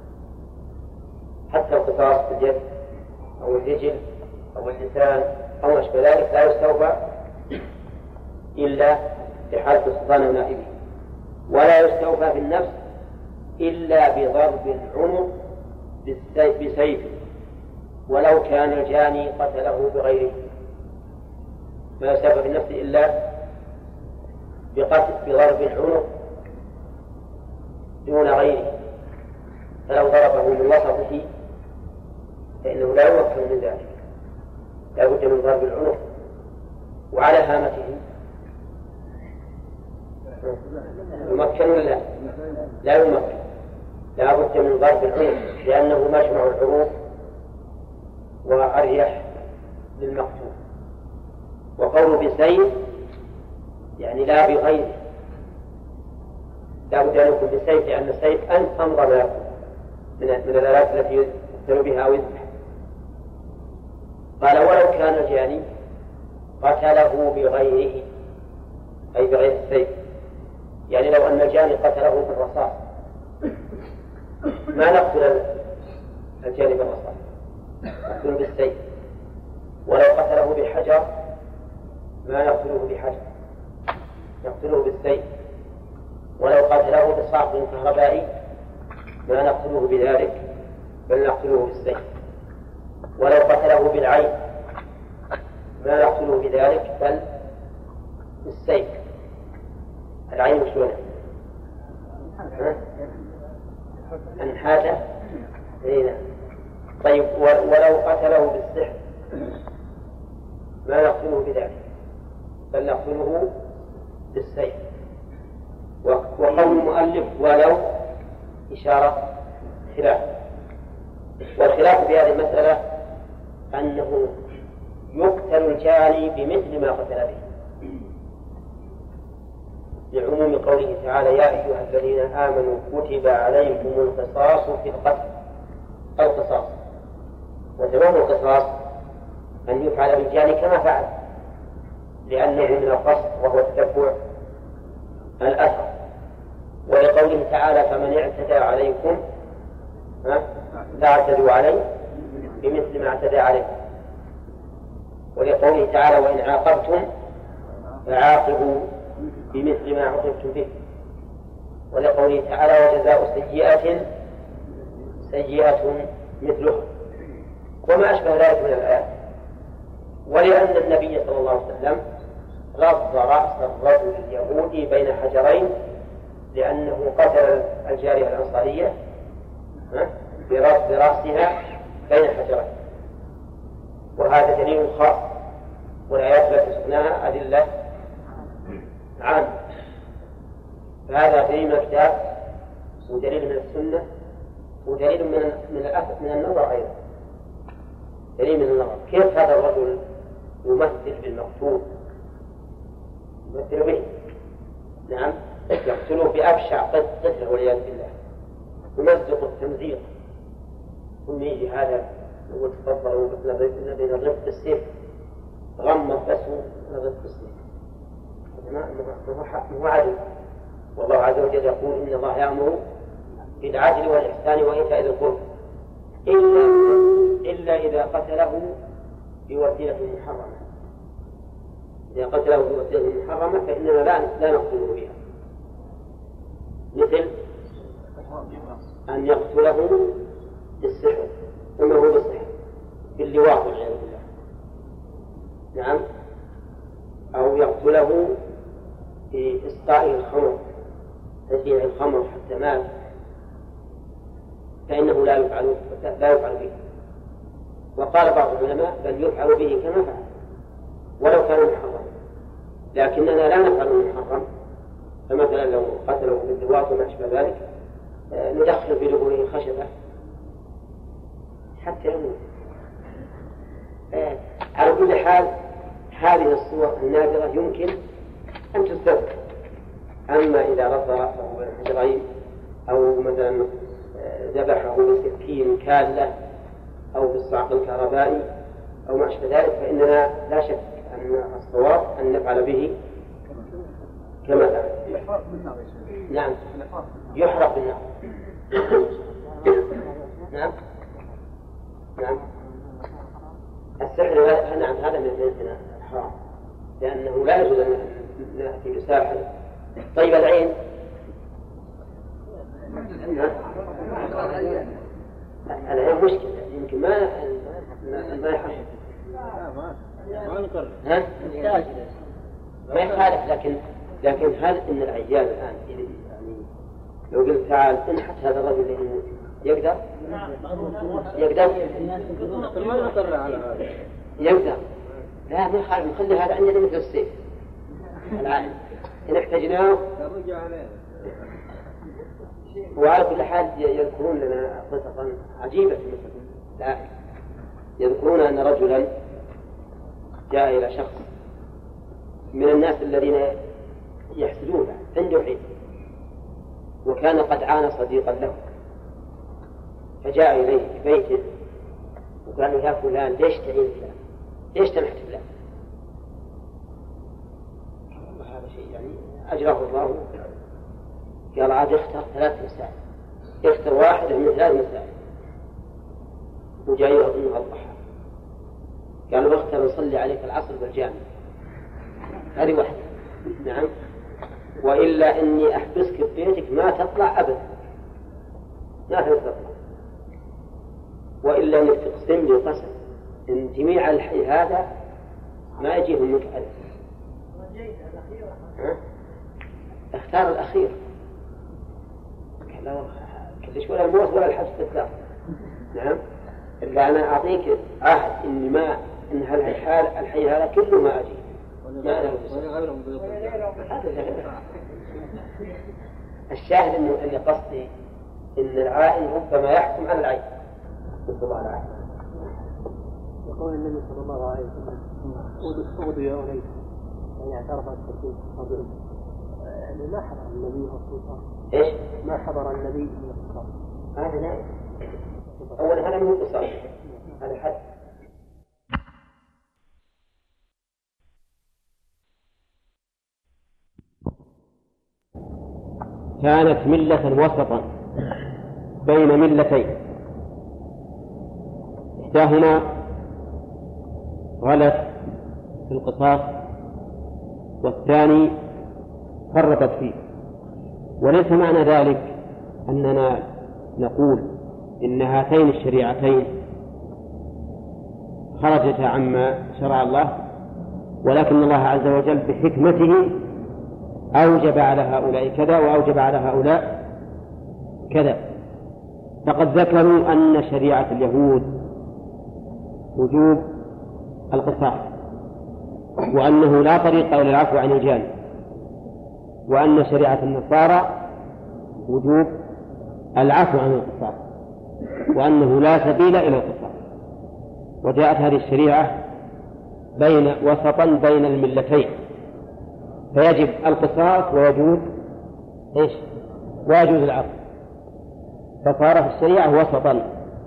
حتى القصاص في اليد أو الرجل أو اللسان أو ما أشبه ذلك لا يستوفى إلا بحالة السلطان ونائبه. ولا يستوفى في النفس إلا بضرب العنق بسيف ولو كان الجاني قتله بغيره. ما يستوفى في النفس إلا بضرب العنق دون غيره، فلو ضربه من وسطه فإنه لا يمكن من ذلك، لا بد من ضرب العنق. وعلى هامته يمكن ولا لا يمكن؟ لا بد من ضرب العنق لأنه مجمع العروق وأريح للمقتول. وقوله بسيف يعني لا بغيره، لا بد أن يكون بالسيف، لأن السيف أمر ما يكون من الآلات التي يقتل بها أو يذبح. قال ولو كان الجاني قتله بغيره، أي بغير السيف، يعني لو أن الجاني قتله بالرصاص ما نقتل الجاني بالرصاص، نقتله بالسيف. ولو قتله بحجر ما نقتله بحجر، نقتله بالسيف. ولو قتله بصعق كهربائي ما نقتله بذلك بل نقتله بالسيف. ولو قتله بالعين ما نقتله بذلك بل بالسيف. العين شلونه؟ أنحاته. طيب، ولو قتله بالسحر ما نقتله بذلك بل نقتله بالسيف. وقول المؤلف ولو إشارة خلاف، والخلاف في هذه المسألة أنه يقتل الجاني بمثل ما قتل به، لعموم قوله تعالى يا أيها الذين آمنوا كتب عليكم القصاص في القتل. القصاص وتمام القصاص أن يفعل بالجاني كما فعل، لأنه من القصد وهو تتبع الأثر. ولقوله تعالى فمن اعتدى عليكم تعتدوا عليه بمثل ما اعتدى عليه. ولقوله تعالى وإن عاقبتم فعاقبوا بمثل ما عوقبتم به. ولقوله تعالى وجزاء سيئة سيئة مثلها وما أشبه ذلك من الآيات. ولأن النبي صلى الله عليه وسلم رد رأس الرجل اليهودي بين حجرين لأنه قتل الجارية الأنصارية برد رأسها بين حجرين، وهذا دليل خاص، والآيات التي سقناها أدلة عامة. فهذا دليل من الكتاب ودليل من السنة ودليل من النظر أيضا. دليل من النظر، كيف هذا الرجل يمثل بالمقتول، يمثل به، نعم، يقتله بأبشع قتل والعياذ بالله، يمزق التمزيق، ثم يجي هذا يقول تفضلوا نضرب بالسيف، غمض بس نضرب بالسيف، ما هو عدل. والله عز وجل يقول إن الله يأمر بالعدل والإحسان وإيتاء ذي القربى إلا إذا قتله بوسيلة محرمة. إذا قتله بوسيلة محرمة فإننا لا نقتله بها، مثل أن يقتله بالسحر، ثم هو بالسحر باللواط والعياذ بالله، نعم، أو يقتله بإسقاء الخمر، تسيع الخمر حتى مات، فإنه لا يفعل به. وقال بعض العلماء بل يفعل به كما فعل ولو كان محرما، لكننا لا نفعل المحرم. فمثلا لو قتلوا باللواط وما أشبه ذلك ندخل في دبره خشبة حتى يموت. على كل حال هذه الصور النادرة يمكن أن تستذكر. أما إذا رفع رأسه بين حجرين أو مثلا ذبحه بسكين كالة أو بالصعق الكهربائي أو ما أشبه ذلك فإننا لا شك أن الصواب أن نفعل به كما فعل. نعم، يحرق بالنار. نعم نعم، السحر نعم هذا من الحرام، لأنه لا يجوز أن نأتي بساحر. طيب العين العين مشكلة، يمكن ما يحرق ما يخالف، لكن هل إن العيال الآن يعني لو قلت تعال انحت هذا الرجل اللي يموت يقدر؟ يقدر لا ما يخالف، نخلي هذا عندنا مثل السيف العالم إن احتجناه. وعلى كل حال يذكرون لنا قصصا عجيبة في مصر. يذكرون أن رجلا جاء إلى شخص من الناس الذين يحسدونه عنده علم، وكان قد عانى صديقا له، فجاء إليه في بيته وقال له يا فلان ليش تعين فلان؟ ليش تنحت فلان؟ هذا شيء يعني أجره الله. قال عاد اختر 3 مسائل، اختر واحدة من 3 مسائل، وجاء يظنها الضحى. قال له اختر نصلي عليك العصر بالجامع، هذه واحدة. نعم، وإلا إني أحبسك في بيتك ما تطلع أبدا، ما تطلع، وإلا إنك تقسم لي قسم إن جميع الحي هذا ما يجيهم منك ألف. اختار الأخير، لا كلش ولا الموت ولا الحبس تطلع. نعم، إلا أنا أعطيك عهد إني ما إن الحي هذا كله ما أجي. الشاهد إنه اللي قصدي إن العائن ربما يحكم على العين. يقول النبي صلى الله عليه وسلم أغضي يا أوليس، يعني اعترف التركيب قبل يعني ما حضر النبي والسلطان. إيش؟ ما حضر النبي والسلطان. هذا لا. أولا هذا مو قصار، هذا حد. كانت ملة وسطا بين ملتين إحداهما غلت في القصاص والثاني فرطت فيه. وليس معنى ذلك أننا نقول إن هاتين الشريعتين خرجتا عما شرع الله، ولكن الله عز وجل بحكمته أوجب على هؤلاء كذا وأوجب على هؤلاء كذا. فقد ذكروا أن شريعة اليهود وجوب القصاص، وأنه لا طريق إلى العفو عن الجاني، وأن شريعة النصارى وجوب العفو عن القصاص، وأنه لا سبيل إلى القصاص. وجاءت هذه الشريعة وسطا بين الملتين، فيجب القصاص ويجوز ويجوز العفو، فصارت الشريعة وسطا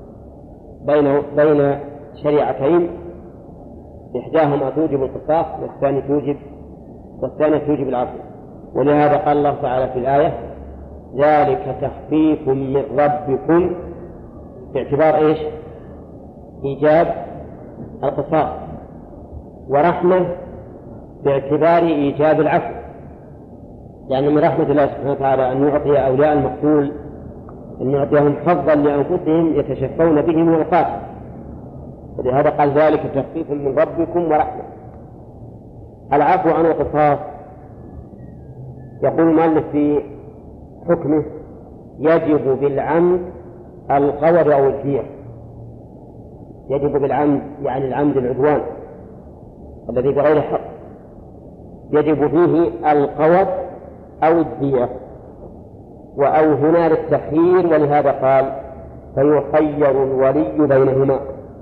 بين شريعتين، إحداهما توجب القصاص والثانية توجب العفو. ولهذا قال الله تعالى في الآية: ذلك تخفيف من ربكم، باعتبار إيجاب القصاص، ورحمة باعتبار إيجاب العفو، لأن من رحمة الله سبحانه وتعالى أن يعطي أولياء المقتول أن يعطيهم حظا لأنفسهم يتشفون به من القاتل، ولهذا قال ذلك تخفيف من ربكم ورحمة. العفو عن القصاص يقول المؤلف في حكمه: يجب بالعمد القود أو الدية. يجب بالعمد يعني العمد العدوان الذي بغير حق، يجب فيه القود أو الدية، أو هنا للتخيير، ولهذا قال: فيخير الولي بينهما.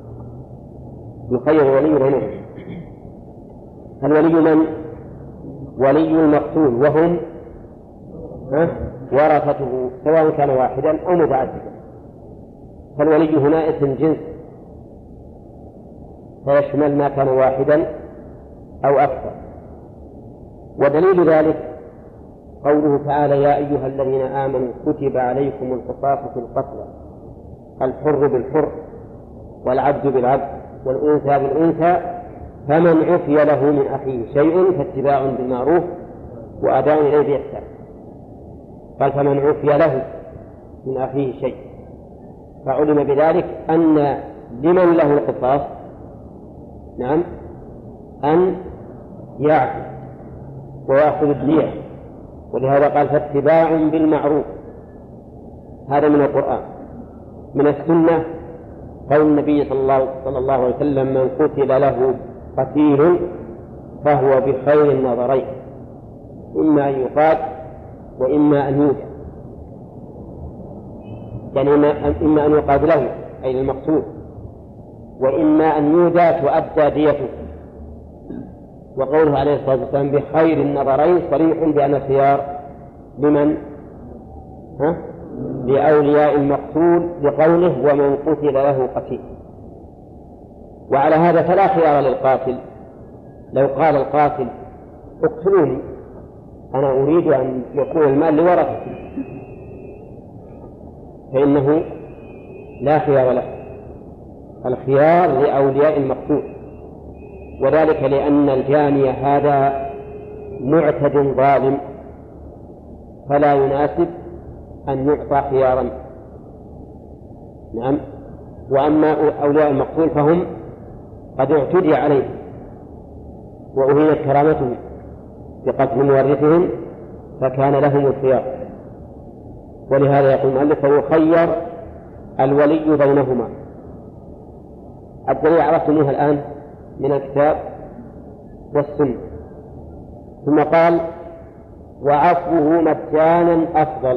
يخير الولي بينهما. الولي من؟ ولي المقتول، وهم ورثته، سواء كان واحدا أو متعددا. فالولي هنا اسم جنس فيشمل ما كان واحدا أو أكثر. ودليل ذلك قوله تعالى: يا أيها الذين آمنوا كتب عليكم القصاص في القتلى، الحر بالحر والعبد بالعبد والأنثى بالأنثى، فمن عفي له من أخيه شيء فاتباع بالمعروف وأداء إليه بإحسان. قال: فمن عفي له من أخيه شيء، فعلم بذلك أن لمن له القصاص أن يعفي ويأخذ الدية، ولهذا قال: فاتباع بالمعروف. هذا من القرآن. من السنة قول النبي صلى الله عليه وسلم: من قتل له قتيل فهو بخير النظرين، إما أن يقال وإما أن يودع، يعني إما أن يقال له أي المقتول، وإما أن يودع تؤدى ديته. وقوله عليه الصلاة والسلام بخير النظرين صريح بأن الخيار لمن؟ لأولياء المقتول، لقوله: ومن قتل له قتيل. وعلى هذا فلا خيار للقاتل. لو قال القاتل: اقتلوني، أنا أريد أن يكون المال لورثتي، فإنه لا خيار له. الخيار لأولياء المقتول، وذلك لأن الجاني هذا معتد ظالم، فلا يناسب أن يعطى خيارا. نعم. وأما أولياء المقتول فهم قد اعتدي عليه وأهينت كرامتهم بقتل مورثهم، فكان لهم الخيار. ولهذا يقول المؤلف: فيخير الولي بينهما. الدليل عرفتموها الآن من الكتاب والسنة. ثم قال: وعفوه مجانا أفضل.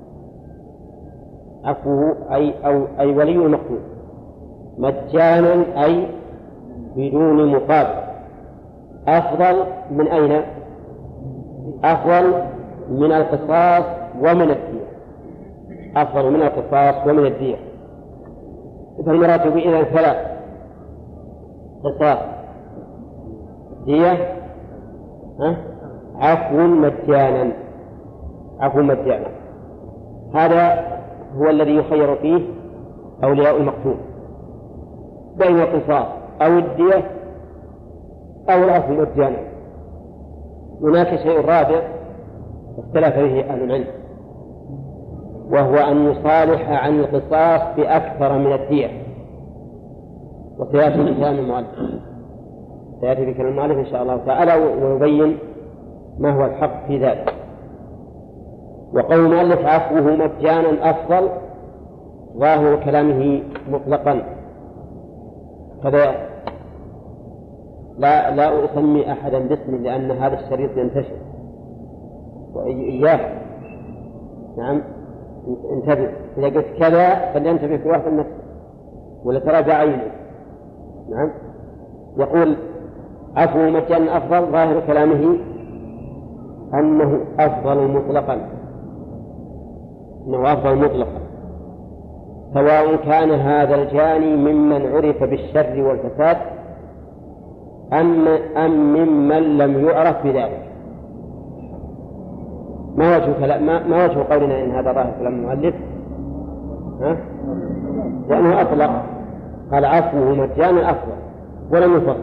عفوه أي ولي المقتول مجانا أي بدون مقابل. أفضل من أين؟ أفضل من القصاص ومن الدية. أفضل من القصاص ومن الدية. فالمراتب إذن ثلاث: قصاص، دية، عفو مجانا. عفو مجانا هذا هو الذي يخير فيه أولياء المقتول. بين القصاص أو الدية أو العفو مجانا. هناك شيء رابع اختلف به أهل العلم، وهو أن يصالح عن القصاص بأكثر من الدية، وسيأتي بكلام المؤلف إن شاء الله تعالى ويبين ما هو الحق في ذلك. وقول المؤلف عفوه مجانا أفضل ظاهر كلامه مطلقا، كذا لا أسمي أحدا باسم لأن هذا الشريط ينتشر، وإياه نعم انتبه، إذا قلت كذا فلينتبه في واحد النفس ولا تراجع عينه. نعم يقول عفو مجانا أفضل ظاهر كلامه أنه أفضل مطلقا، أنه أفضل مطلقا، سواء كان هذا الجاني ممن عرف بالشر والفساد أم ممن لم يعرف بذلك. ما وجه قولنا إن هذا ظاهر كلام المؤلف؟ لأنه أطلق، قال عفوه مجانا أفضل ولم يفصل،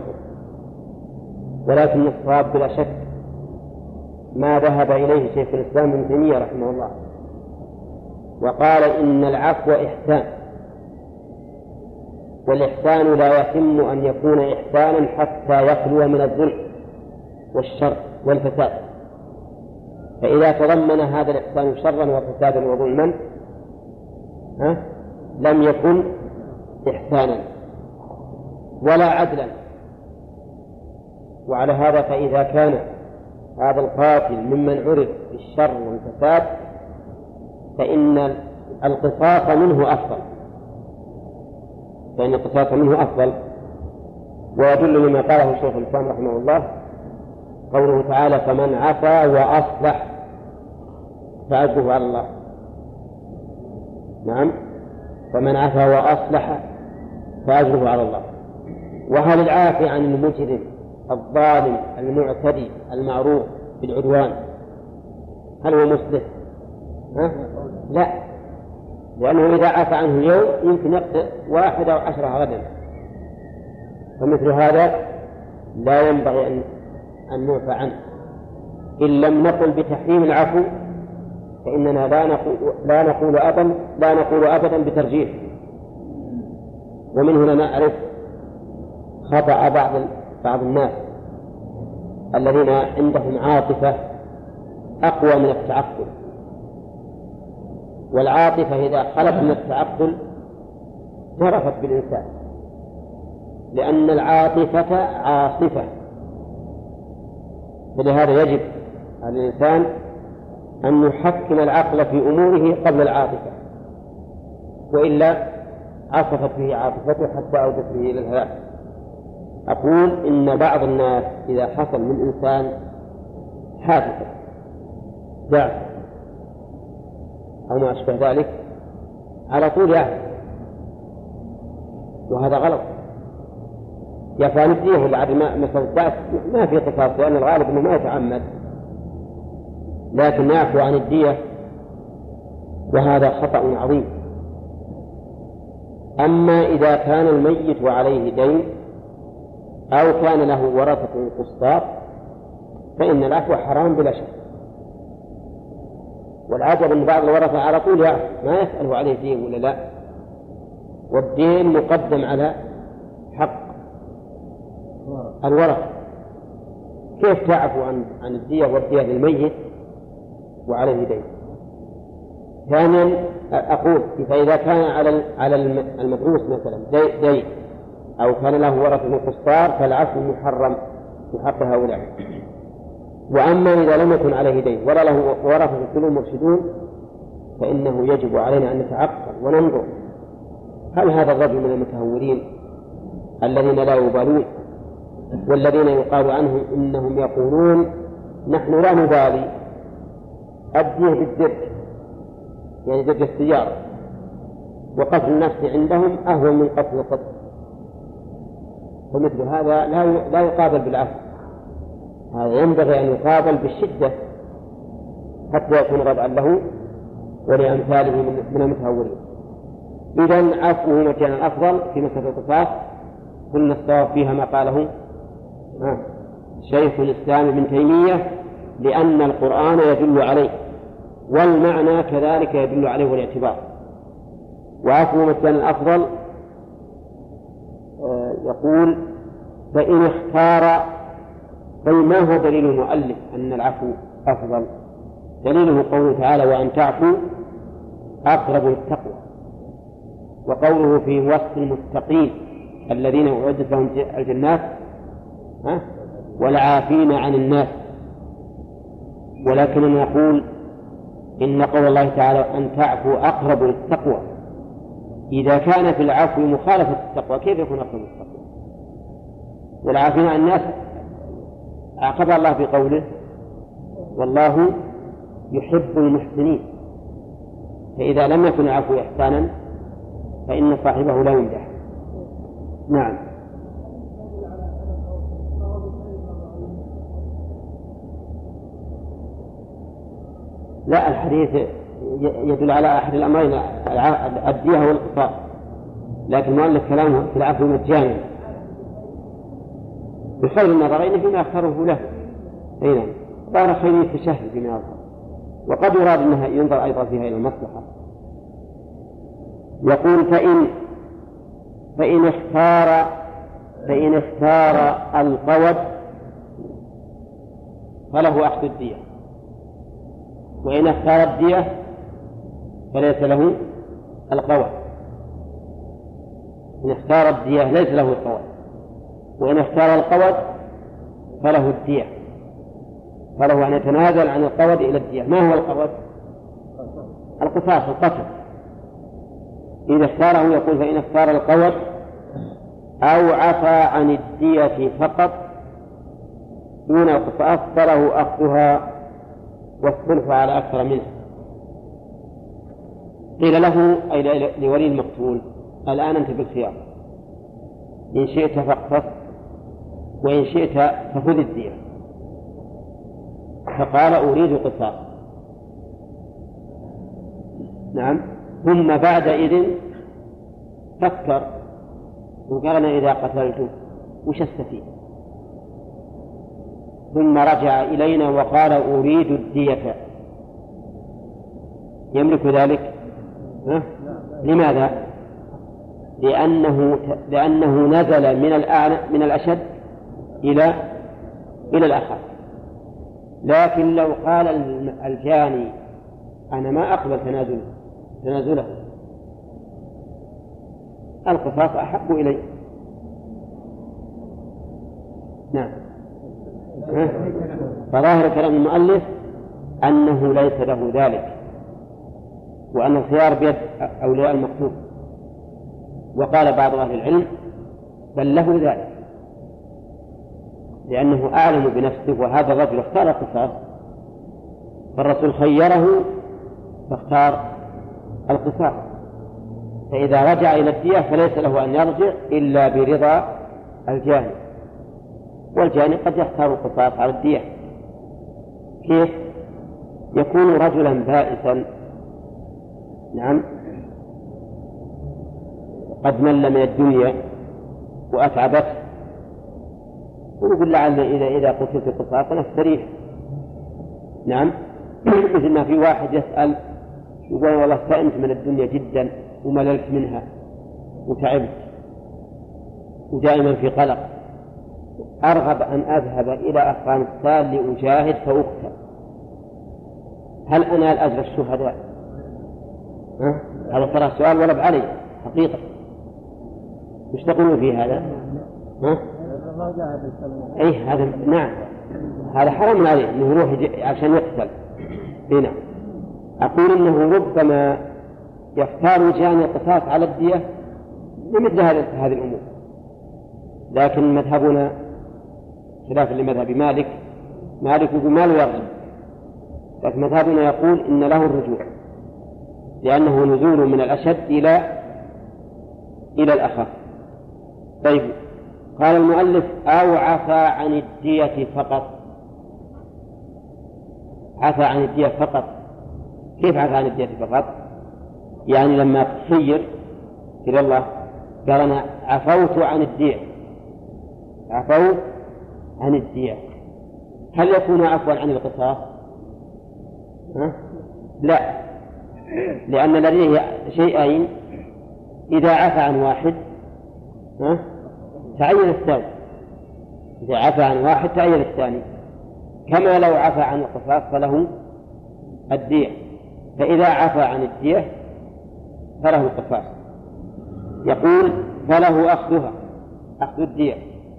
ولكن الصواب بلا شك ما ذهب إليه شيخ الإسلام ابن تيمية رحمه الله، وقال إن العفو إحسان، والإحسان لا يتم أن يكون إحسانا حتى يخلو من الظلم والشر والفساد، فإذا تضمن هذا الإحسان شرا وفسادا وظلما لم يكن إحسانا ولا عدلا. وعلى هذا فإذا كان هذا القاتل ممن عرف بالشر والفساد فإن القصاص منه أفضل، فإن القصاص منه أفضل. ويدل لما قاله الشيخ الإسلام رحمه الله قوله تعالى فمن عفا وأصلح فأجره على الله. نعم فمن عفا وأصلح فأجره على الله. وهل العافي عن المجرم الظالم المعتدي المعروف بالعدوان هل هو مصلح؟ لا، لأنه إذا عفى عنه اليوم يمكن يقتل 1 أو 10 غدا، فمثل هذا لا ينبغي أن نعفى عنه. إن لم نقل بتحريم العفو فإننا لا نقول أبدا بترجيح. ومن هنا نعرف خطأ بعض الناس الذين عندهم عاطفة أقوى من التعقل، والعاطفة إذا خلت من التعقل جرفت بالإنسان، لأن العاطفة عاصفة، فلهذا يجب على الإنسان أن يحكم العقل في أموره قبل العاطفة، وإلا عصفت به عاطفته حتى أودت به إلى الهلاك. أقول إن بعض الناس إذا حصل من إنسان حادثة ضعف أو ما أشبه ذلك على طول يعفو، وهذا غلط. يفعل الدية ولا عاد مثل الضعف ما في قصاص، لأن الغالب أنه ما يتعمد، لكن يعفو عن الدية، وهذا خطأ عظيم. أما إذا كان الميت وعليه دين أو كان له ورثة قسطاط فإن العفو حرام بلا شك. والعجب أن بعض الورثة على طول يعفو ما يسأله عليه دين ولا لا، والدين مقدم على حق الورثة. كيف تعفو عن الدية والدية للميت وعليه دين؟ ثانيا أقول فإذا كان على المدروس مثلا دين أو كان له ورثة قسطار فالعفو محرم في حق هؤلاء. وأما إذا لم يكن عليه دين ولا له ورثة كلهم مرشدون فإنه يجب علينا أن نتعقل وننظر هل هذا الرجل من المتهورين الذين لا يبالون والذين يقال عنهم إنهم يقولون نحن لا نبالي أديه بالدرج، يعني درج السيارة، وقتل النفس عندهم أهون من قتل القتل، فمثل هذا لا يقابل بالعفو، هذا ينبغي أن يقابل بالشدة حتى يكون ردعا له ولأمثاله من المتهورين. إذن عفوه مجانا أفضل في مسألة القصاص قلنا الصواب فيها ما قاله شيخ الإسلام ابن تيمية، لأن القرآن يدل عليه والمعنى كذلك يدل عليه والاعتبار. وعفو مجانا الأفضل يقول فإن اختار، فما هو دليل المؤلف أن العفو أفضل؟ دليله قوله تعالى وأن تعفوا أقرب للتقوى، وقوله في وصف المتقين الذين أعدت لهم الجنات والعافين عن الناس. ولكن نقول إن قول الله تعالى أن تعفوا أقرب للتقوى، إذا كان في العفو مخالفة التقوى كيف يكون أقرب للتقوى؟ والعافين عن الناس عاقب الله بقوله والله يحب المحسنين، فإذا لم يكن العفو إحسانا فإن صاحبه لا يمدح. نعم. لا، الحديث يدل على أحد الأمرين الدية والقصاص، لكن المؤلف كلامه في العفو مجانا بخير النظرين فيما اختاره له. نعم، ظاهر خير التشهد فيما يظهر، وقد يراد أنها ينظر أيضا فيها إلى المصلحة. يقول فإن اختار القود فله أخذ الدية، وإن اختار الدية فليس له القود. إن اختار الدية ليس له القود، وإن اختار القود فله الدية، فله أن يتنازل عن القود إلى الدية. ما هو القود؟ القصاص، القتل. إذا اختاره يقول فإن اختار القود أو عفى عن الدية فقط دون القصاص فله أخذها والصلح على أكثر منه. قيل له أي لولي المقتول الآن أنت بالخيار، إن شئت فاقتص وإن شئت فخذ الدية، فقال أريد قصاص. نعم. ثم بعدئذ فكر وقال أنا إذا قتلته وش استفيد؟ ثم رجع إلينا وقال أريد الدية. يملك ذلك؟ لماذا؟ لأنه نزل من الأشد إلى الأخف. لكن لو قال الجاني أنا ما أقبل تنازله، القصاص أحب إلي. نعم. فظاهر كلام المؤلف أنه ليس له ذلك، وأن الخيار بيد أولياء المقتول. وقال بعض أهل العلم بل له ذلك، لأنه أعلم بنفسه، وهذا الرجل اختار القصاص فالرسول خيره فاختار القصاص، فإذا رجع إلى الدية فليس له أن يرجع إلا برضا الجاني، والجاني قد يختار القصاص على الدية. كيف؟ يكون رجلا بائسا، نعم، قد مل من الدنيا وأتعبته، ونقول لعل إذا قتلت القصاص نستريح. نعم. مثل ما في واحد يسأل يقول والله سئمت من الدنيا جدا ومللت منها وتعبت ودائما في قلق، أرغب أن أذهب إلى أفغانستان لأجاهد فأقتل، هل أنال أجر الشهداء؟ هذا ترى سؤال ولب علي حقيقة. مش تقولون في هذا؟ أي هذا نعم، هذا حرام عليه أنه يروح عشان يقتل. هنا أقول إنه ربما يختار جاني القصاص على الدية لمثل هذه الأمور، لكن مذهبنا خلافا لمذهب مالك يقول ما له يرجع، لكن مذهبنا يقول إن له الرجوع، لأنه نزول من الأشد إلى الأخف. طيب، قال المؤلف أو عفى عن الدية فقط. عفى عن الدية فقط، كيف عفى عن الدية فقط؟ يعني لما تخير إلى الله قال أنا عفوت عن الدية عفوا عن الدية. هل يكون عفوا عن القصاص؟ لا، لأن لديه شيئين، إذا عفى عن واحد تعين الثاني، إذا عفى عن واحد تعين الثاني، كما لو عفى عن القصاص فله الدية، فإذا عفى عن الدية فله القصاص. يقول فله أخذها، أخذ الدية،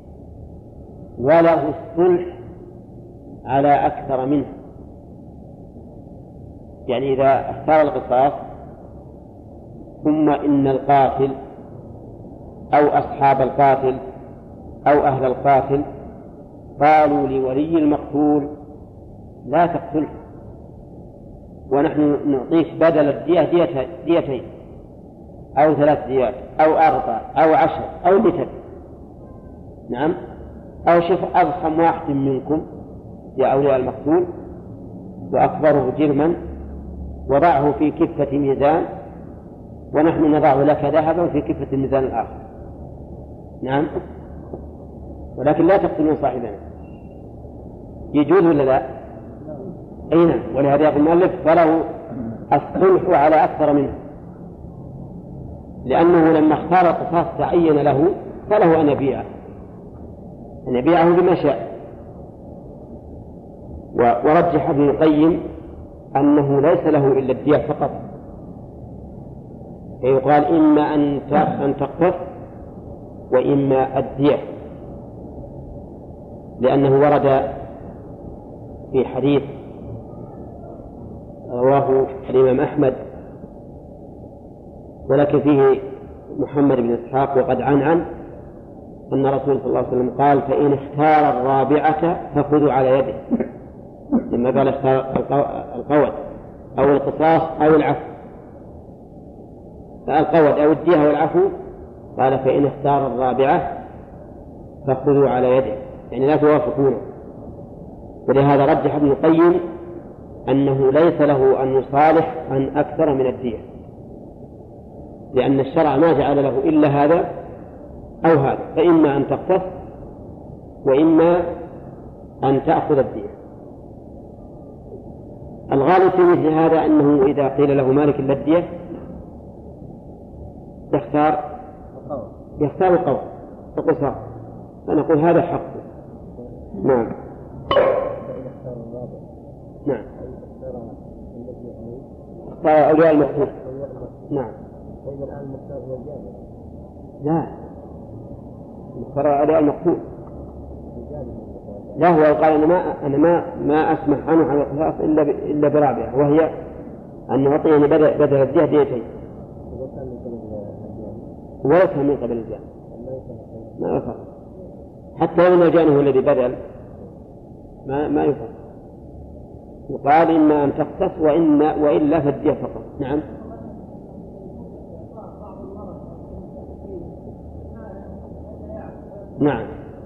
وله الصلح على أكثر منه. يعني إذا اختار القصاص ثم إن القاتل أو أصحاب القاتل أو أهل القاتل قالوا لولي المقتول لا تقتله، ونحن نعطيك بدل الدية ديتين أو 3 ديات أو 4 أو 10 أو 100. نعم، أو شوف أضخم واحد منكم يا أولياء المقتول وأكبره جرما وضعه في كفة ميزان ونحن نضع لك ذهبا في كفة الميزان الآخر. نعم، ولكن لا تقتلون صاحبنا. يجوز ولا لا؟ أي نعم. ولهذا يقول المؤلف فله الصلح على أكثر منه، لأنه لما اختار القصاص تعين له فله أن يبيعه بما شاء. ورجح ابن القيم أنه ليس له إلا الدية فقط، فيقال إما أن تقتص وإما الدية، لأنه ورد في حديث رواه الإمام أحمد ولكن فيه محمد بن إسحاق وقد عنعن أن رسول صلى الله عليه وسلم قال فإن اختار الرابعة فخذوا على يده، لما قال اختار القود أو القصاص أو العفو، فالقود أو الدية أو العفو، قال فإن اختار الرابعة فخذوا على يده، يعني لا توافقونه. ولهذا رجح ابن القيم أنه ليس له أن يصالح عن أكثر من الدية، لأن الشرع ما جعل له إلا هذا أو هذا، فإما أن تقتص وإما أن تأخذ الدية. الغالب في مثل هذا أنه إذا قيل له مالك إلا الدية يختار القول القصاص، فنقول هذا حقه. نعم نعم، اختار أولياء المقتول. نعم، لا، اختار أولياء المقتول. لا، هو قال أنا ما أسمح عنه عن القصاص إلا برابعة، وهي أن يعطيني بدل الدية ديتين، وليس من قبل الجانب ما يفعل، حتى لو الجانب هو الذي بدل ما يفعل. وقال إما أن تقتص وإلا فالدية فقط. نعم نعم،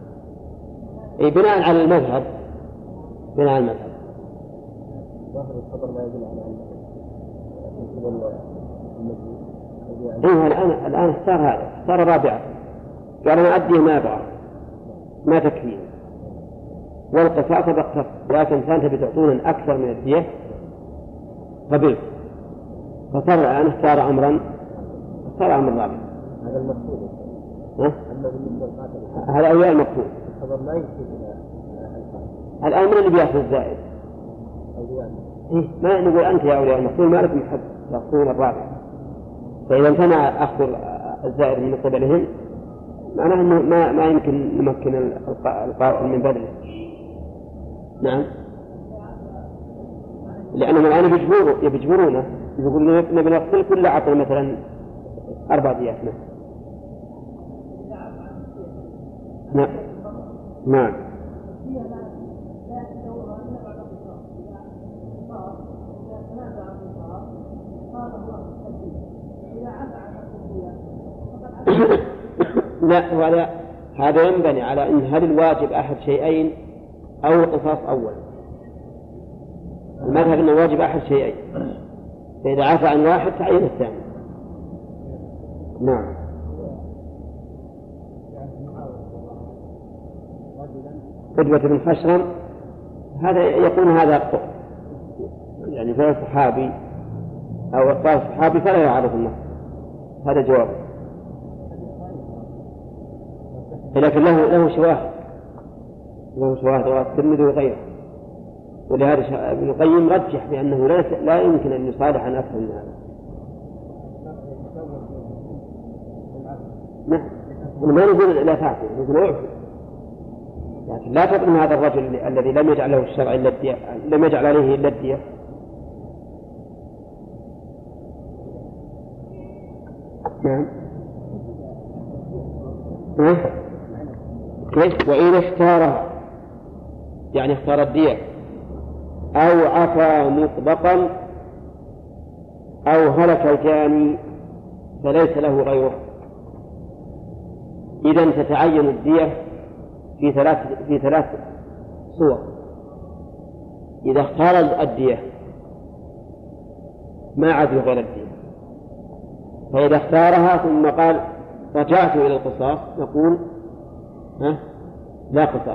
بناء على المذهب ظاهر الخبر لا يدل على الآن اختار رابعة، قال أنا أديه ما أبغى ما تكفيه، والقصاص بقتص، لكن أنت بتعطون أكثر من الدية قبل، فصار الآن اختار أمر رابع. هذا المقصود. هذا أولياء المقصود. الخبر لا يمكن الآن من اللي بيأخذ الزائد؟ ما نقول أنت يا أولياء المقصود ما لكم حد تأخذون الرابع، فإذا امتنع أخذ الزائد من قبلهم معناه أنه ما يمكن نمكن القاتل من بدله. نعم، لأنهم الآن يبجبرونه، يقولون نبي نقتل كل عطل مثلا 4 ديات. نعم نعم لا، هذا ينبني على أن هل الواجب أحد شيئين أو القصاص أول. المذهب أن الواجب أحد شيئين، فإذا عفى عن واحد تعين الثاني. نعم قدوة بن خشرم هذا يكون هذا يعني فعل صحابي أو إقرار صحابي فلا يعرف النص، هذا جواب. لكن له شواهد والترمذي وغيره، ولهذا ابن القيم رجح بأنه لا يمكن أن يصالح عن أكثر من هذا. ما نقول لا تعفو، نقول اعفو، لكن لا تظلم هذا الرجل الذي لم يجعل له الشرع إلا الدية، لم يجعل عليه إلا الدية. نعم. كيف؟ وإن اختار يعني اختار الدية أو عفا مطلقا أو هلك الجاني فليس له غيره. إذن تتعين الدية في ثلاث صور. إذا اختار الدية ما عاد غير الدية، فإذا اختارها ثم قال رجعت إلى القصاص نقول لا قصاص،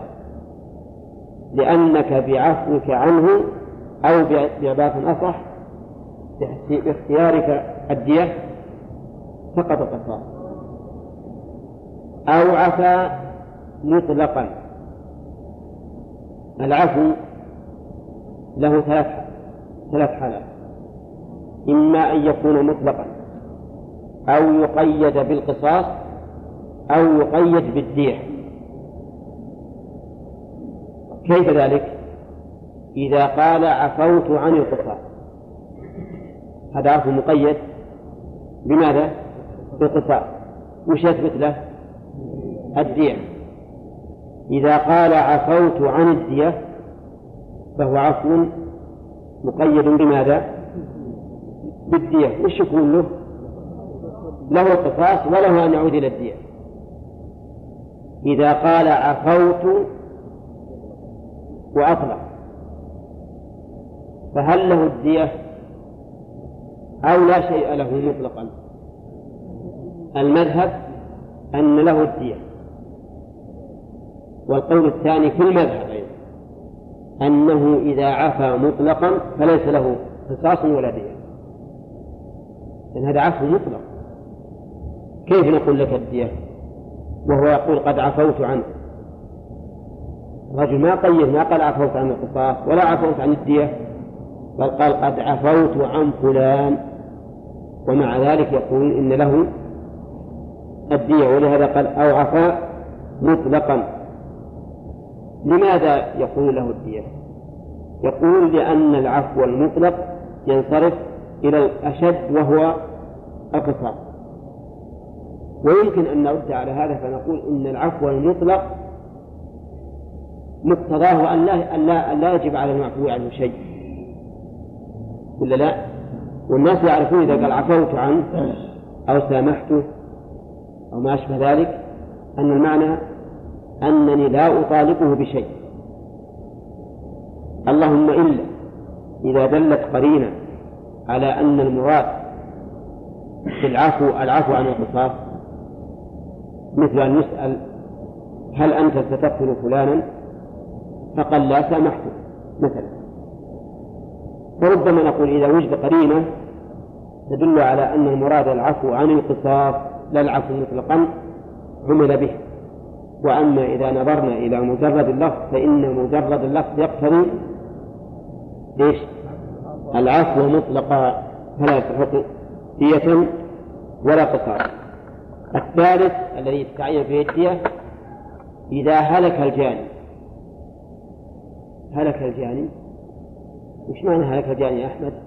لأنك بعفوك عنه أو بعبارة أصح باختيارك الدية سقط القصاص. أو عفا مطلقا. العفو له ثلاث حالات: إما أن يكون مطلقا أو يقيد بالقصاص أو يقيد بالدية. كيف ذلك؟ إذا قال عفوت عن القصاص هذا عفو مقيد بماذا؟ بالقصاص. وش يثبت له؟ الدية. إذا قال عفوت عن الدية فهو عفو مقيد بماذا؟ بالدية. وش يكون له؟ له القصاص وله أن يعود إلى الدية. إذا قال عفوت وأطلق فهل له الدية أو لا شيء له مطلقا؟ المذهب أن له الدية، والقول الثاني في المذهب أنه إذا عفا مطلقا فليس له قصاص ولا دية، لأن هذا عفو مطلق. كيف نقول لك الدية وهو يقول قد عفوت عنه؟ الرجل ما قيد، ما قال عفوت عن القصاص ولا عفوت عن الدية، بل قال قد عفوت عن فلان، ومع ذلك يقول إن له الدية. ولهذا قال أو عفا مطلقا. لماذا يقول له الدية؟ يقول لأن العفو المطلق ينصرف إلى الأشد وهو القصاص. ويمكن أن نرد على هذا فنقول إن العفو المطلق مقتضاه أن لا يجب على المعفو عنه شيء، ولا لا؟ والناس يعرفون إذا قال عفوت عنه أو سامحته أو ما أشبه ذلك أن المعنى أنني لا أطالبه بشيء، اللهم إلا إذا دلت قرينة على أن المراد في العفو عن القصاص، مثل أن يسأل هل أنت ستقتل فلانا فقال لا سامحته مثلا، فربما نقول إذا وجد قرينة تدل على أن المراد العفو عن القصاص لا العفو مطلقا عمل به. وأما إذا نظرنا إلى مجرد اللفظ فإن مجرد اللفظ يقتضي إيش؟ العفو مطلقا فلا يستحق دية ولا قصاص. الثالث الذي يتعين فيه الدية إذا هلك الجاني. وش معنى هلك الجاني يا أحمد؟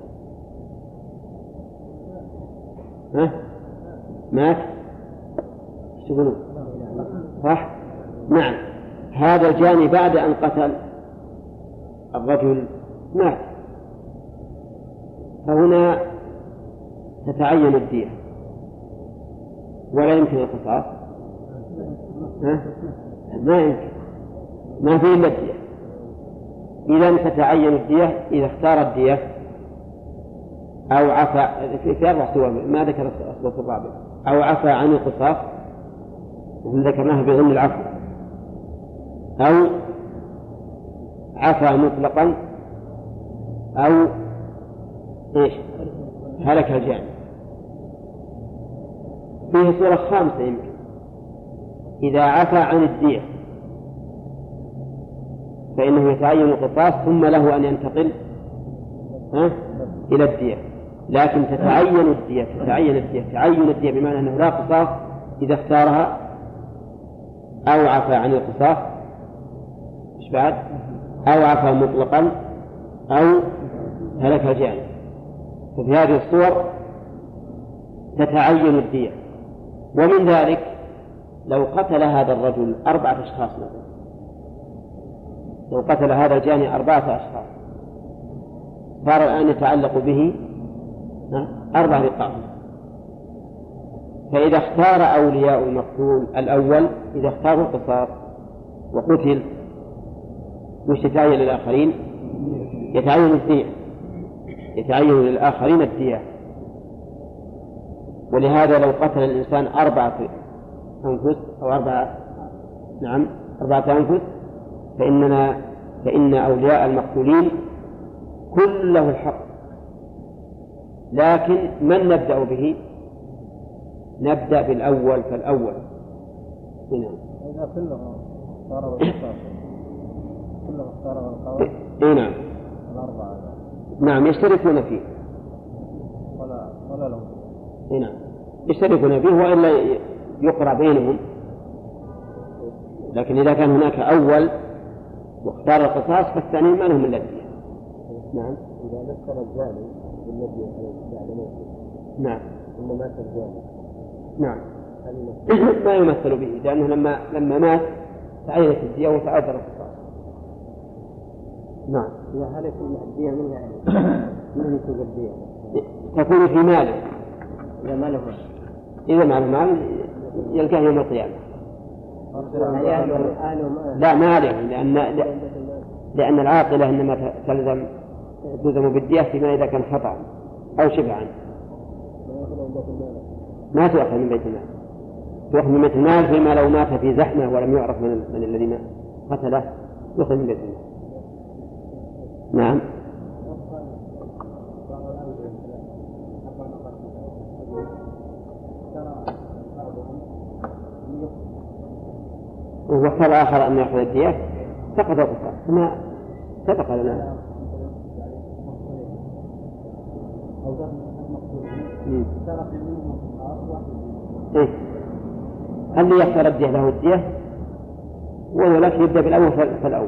مات؟ ايش تقولون؟ صح؟ نعم، هذا الجاني بعد أن قتل الرجل مات، فهنا تتعين الدية ولا يمكن القصاص. ما يمكن، ما فيه إلا الدية. إذا تتعين الدية إذا اختار الدية أو عفا في 4 صور ما ذكر الصورة الرابعة، أو عفا عن القصاص وهم ذكرناها بضمن العفو، أو عفا مطلقا أو إيش هلك الجاني. فيه صورة خامسة يمكن إذا عفا عن الدية فإنه يتعين القصاص ثم له أن ينتقل إلى الدية، لكن تتعين الدية تعين الدية بمعنى أنه لا قصاص إذا اختارها أو عفا عن القصاص إيش بعد أو عفا مطلقا أو هلك الجاني. ففي هذه الصور تتعين الدية. ومن ذلك لو قتل هذا الرجل 4 أشخاص مثلا، لو قتل هذا الجاني 4 أشخاص صار الآن يتعلق به 4 رقاب. فإذا اختار أولياء المقتول الأول إذا اختاروا القصاص وقتل وش يتعين للآخرين؟ يتعين الدية، يتعين للآخرين الدية. ولهذا لو قتل الإنسان 4 أنفس أو 4 أنفس فإن أولياء المقتولين كل له الحق، لكن من نبدأ به؟ نبدأ بالأول فالأول. هنا إذا كلهم اختاروا القصاص كلهم اختاروا القول نعم الأربعة نعم يشتركون فيه ولا لهم نعم يشتركون فيه وإلا يقرأ بينهم. لكن إذا كان هناك أول واختار القصاص فالثاني ما لهم إلا الدية. نعم إذا ذكر الجاني بالنبي بعد موته نعم ثم مات الجاني نعم ما يمثل به لأنه لما مات تعينت الدية وتعذر القصاص. نعم إذا هلك الدية من يعني من يكون الدية تكون في ماله. إذا ما له مال يلقاه يوم القيامة. لا ما عليهم لأن العاقلة إنما تلزم بالدية فيما إذا كان خطأ أو شبه عنه. ما تؤخذ من بيت المال، تؤخذ من بيت المال فيما لو مات في زحمة ولم يعرف من الذي قتله يؤخذ من بيت المال. نعم واختار آخر أن يأخذ الدية سقط القصاص كما سبق لنا. اللي يختار الدية له الدية ولكن يبدأ بالأول فالأول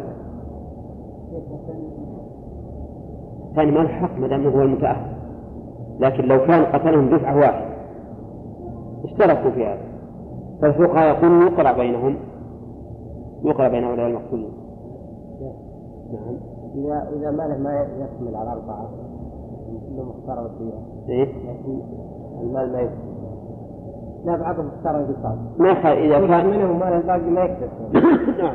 ثاني ما الحق ما دام هو المتأهل. لكن لو كان قتلهم دفعة واحدة اشتركوا في هذا فالفقهاء يقولون يقرأ بين أولياء المقتولين. نعم إذا ماله ما يكمل على 4 كلهم اختاروا الدية لكن المال ما يكمل لا بعضهم اختاروا القصاص ما يخال إذا كان منهم مال الباقي ما يكتب نعم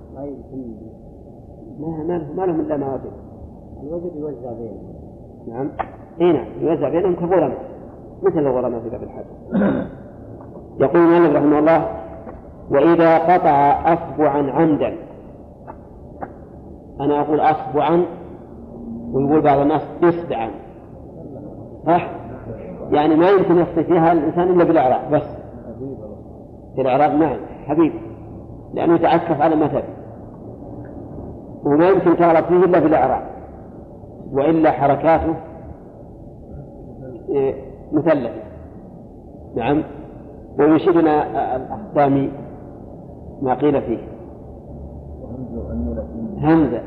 ما لهم إلا ما وجد. الوجد يوزع بينهم. نعم نعم يوزع بينهم كغرماء مثل الغرماء في باب الحج. يقول المؤلف رحمه الله وإذا قطع أصبعا عمدا. أنا أقول أصبعا ويقول بعض الناس إصبعا صح؟ يعني ما يمكن يخطي فيها الإنسان إلا بالإعراب بس في الإعراب نعم حبيب لأنه يتعكف على مثل وما يمكن تغلط فيه إلا بالإعراب وإلا حركاته مثلثة. نعم ويشيرنا الأخطامي ما قيل فيه همزة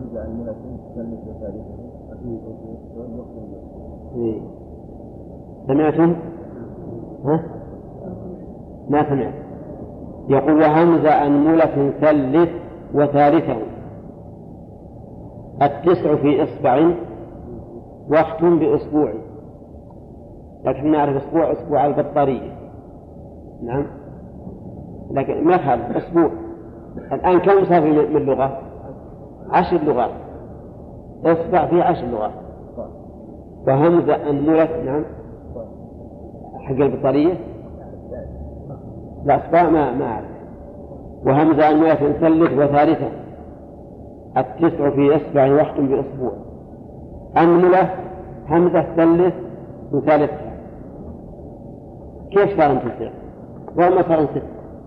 سمعتم؟ ما سمعت. يقول وهمزة أنملة ثلث وثالثه 9 في إصبع واختم بأسبوع. لكن نعرف أسبوع البطارية. نعم لكن ما خالف أسبوع. الآن كم صار من لغة؟ 10 لغات. إصبع فيه 10 لغات. وهمزة أنملة نعم حق البطارية لا أصبع ما أعرف وهمزة أنملة ثلث وثالثة، 9 في إصبع واحد بأسبوع. أنملة همزة ثلث وثالثها، كيف صار 9 وما صار 6؟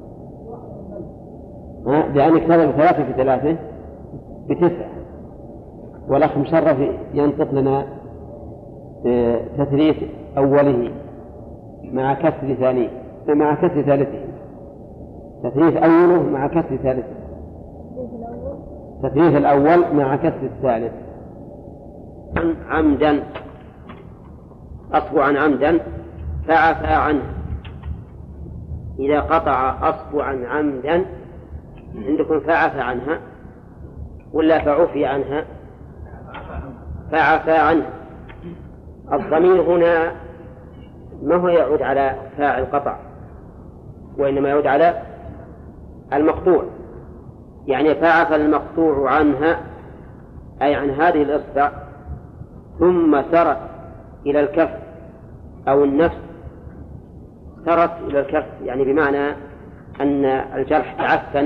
لأن كتب 3 في 3 ب9. والأخ مشرف ينطق لنا تثليث أوله مع كسر ثانيه مع كسر ثالثه، تثليث أوله مع كسر ثالثه، تثليث الأول مع كسر الثالث. عمدا أصبعا عمدا فعفى عنه. إذا قطع أصبعا عمدا عندكم فعفى عنها ولا فعفي عنها؟ فعفى عنه. الضمير هنا ما هو يعود على فاعل قطع، وإنما يعود على المقطوع، يعني فعفى المقطوع عنها أي عن هذه الإصبع ثم سرت إلى الكف أو النفس. سرت إلى الكف يعني بمعنى أن الجرح تعفن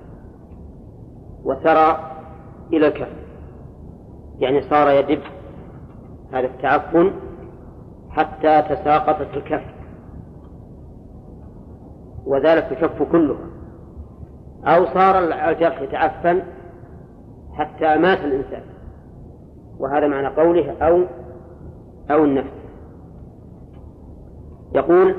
وسرى إلى الكف، يعني صار يدب هذا التعفن حتى تساقطت الكف وذلك الكف كله، أو صار الجرح يتعفن حتى مات الإنسان، وهذا معنى قوله أو النفس. يقول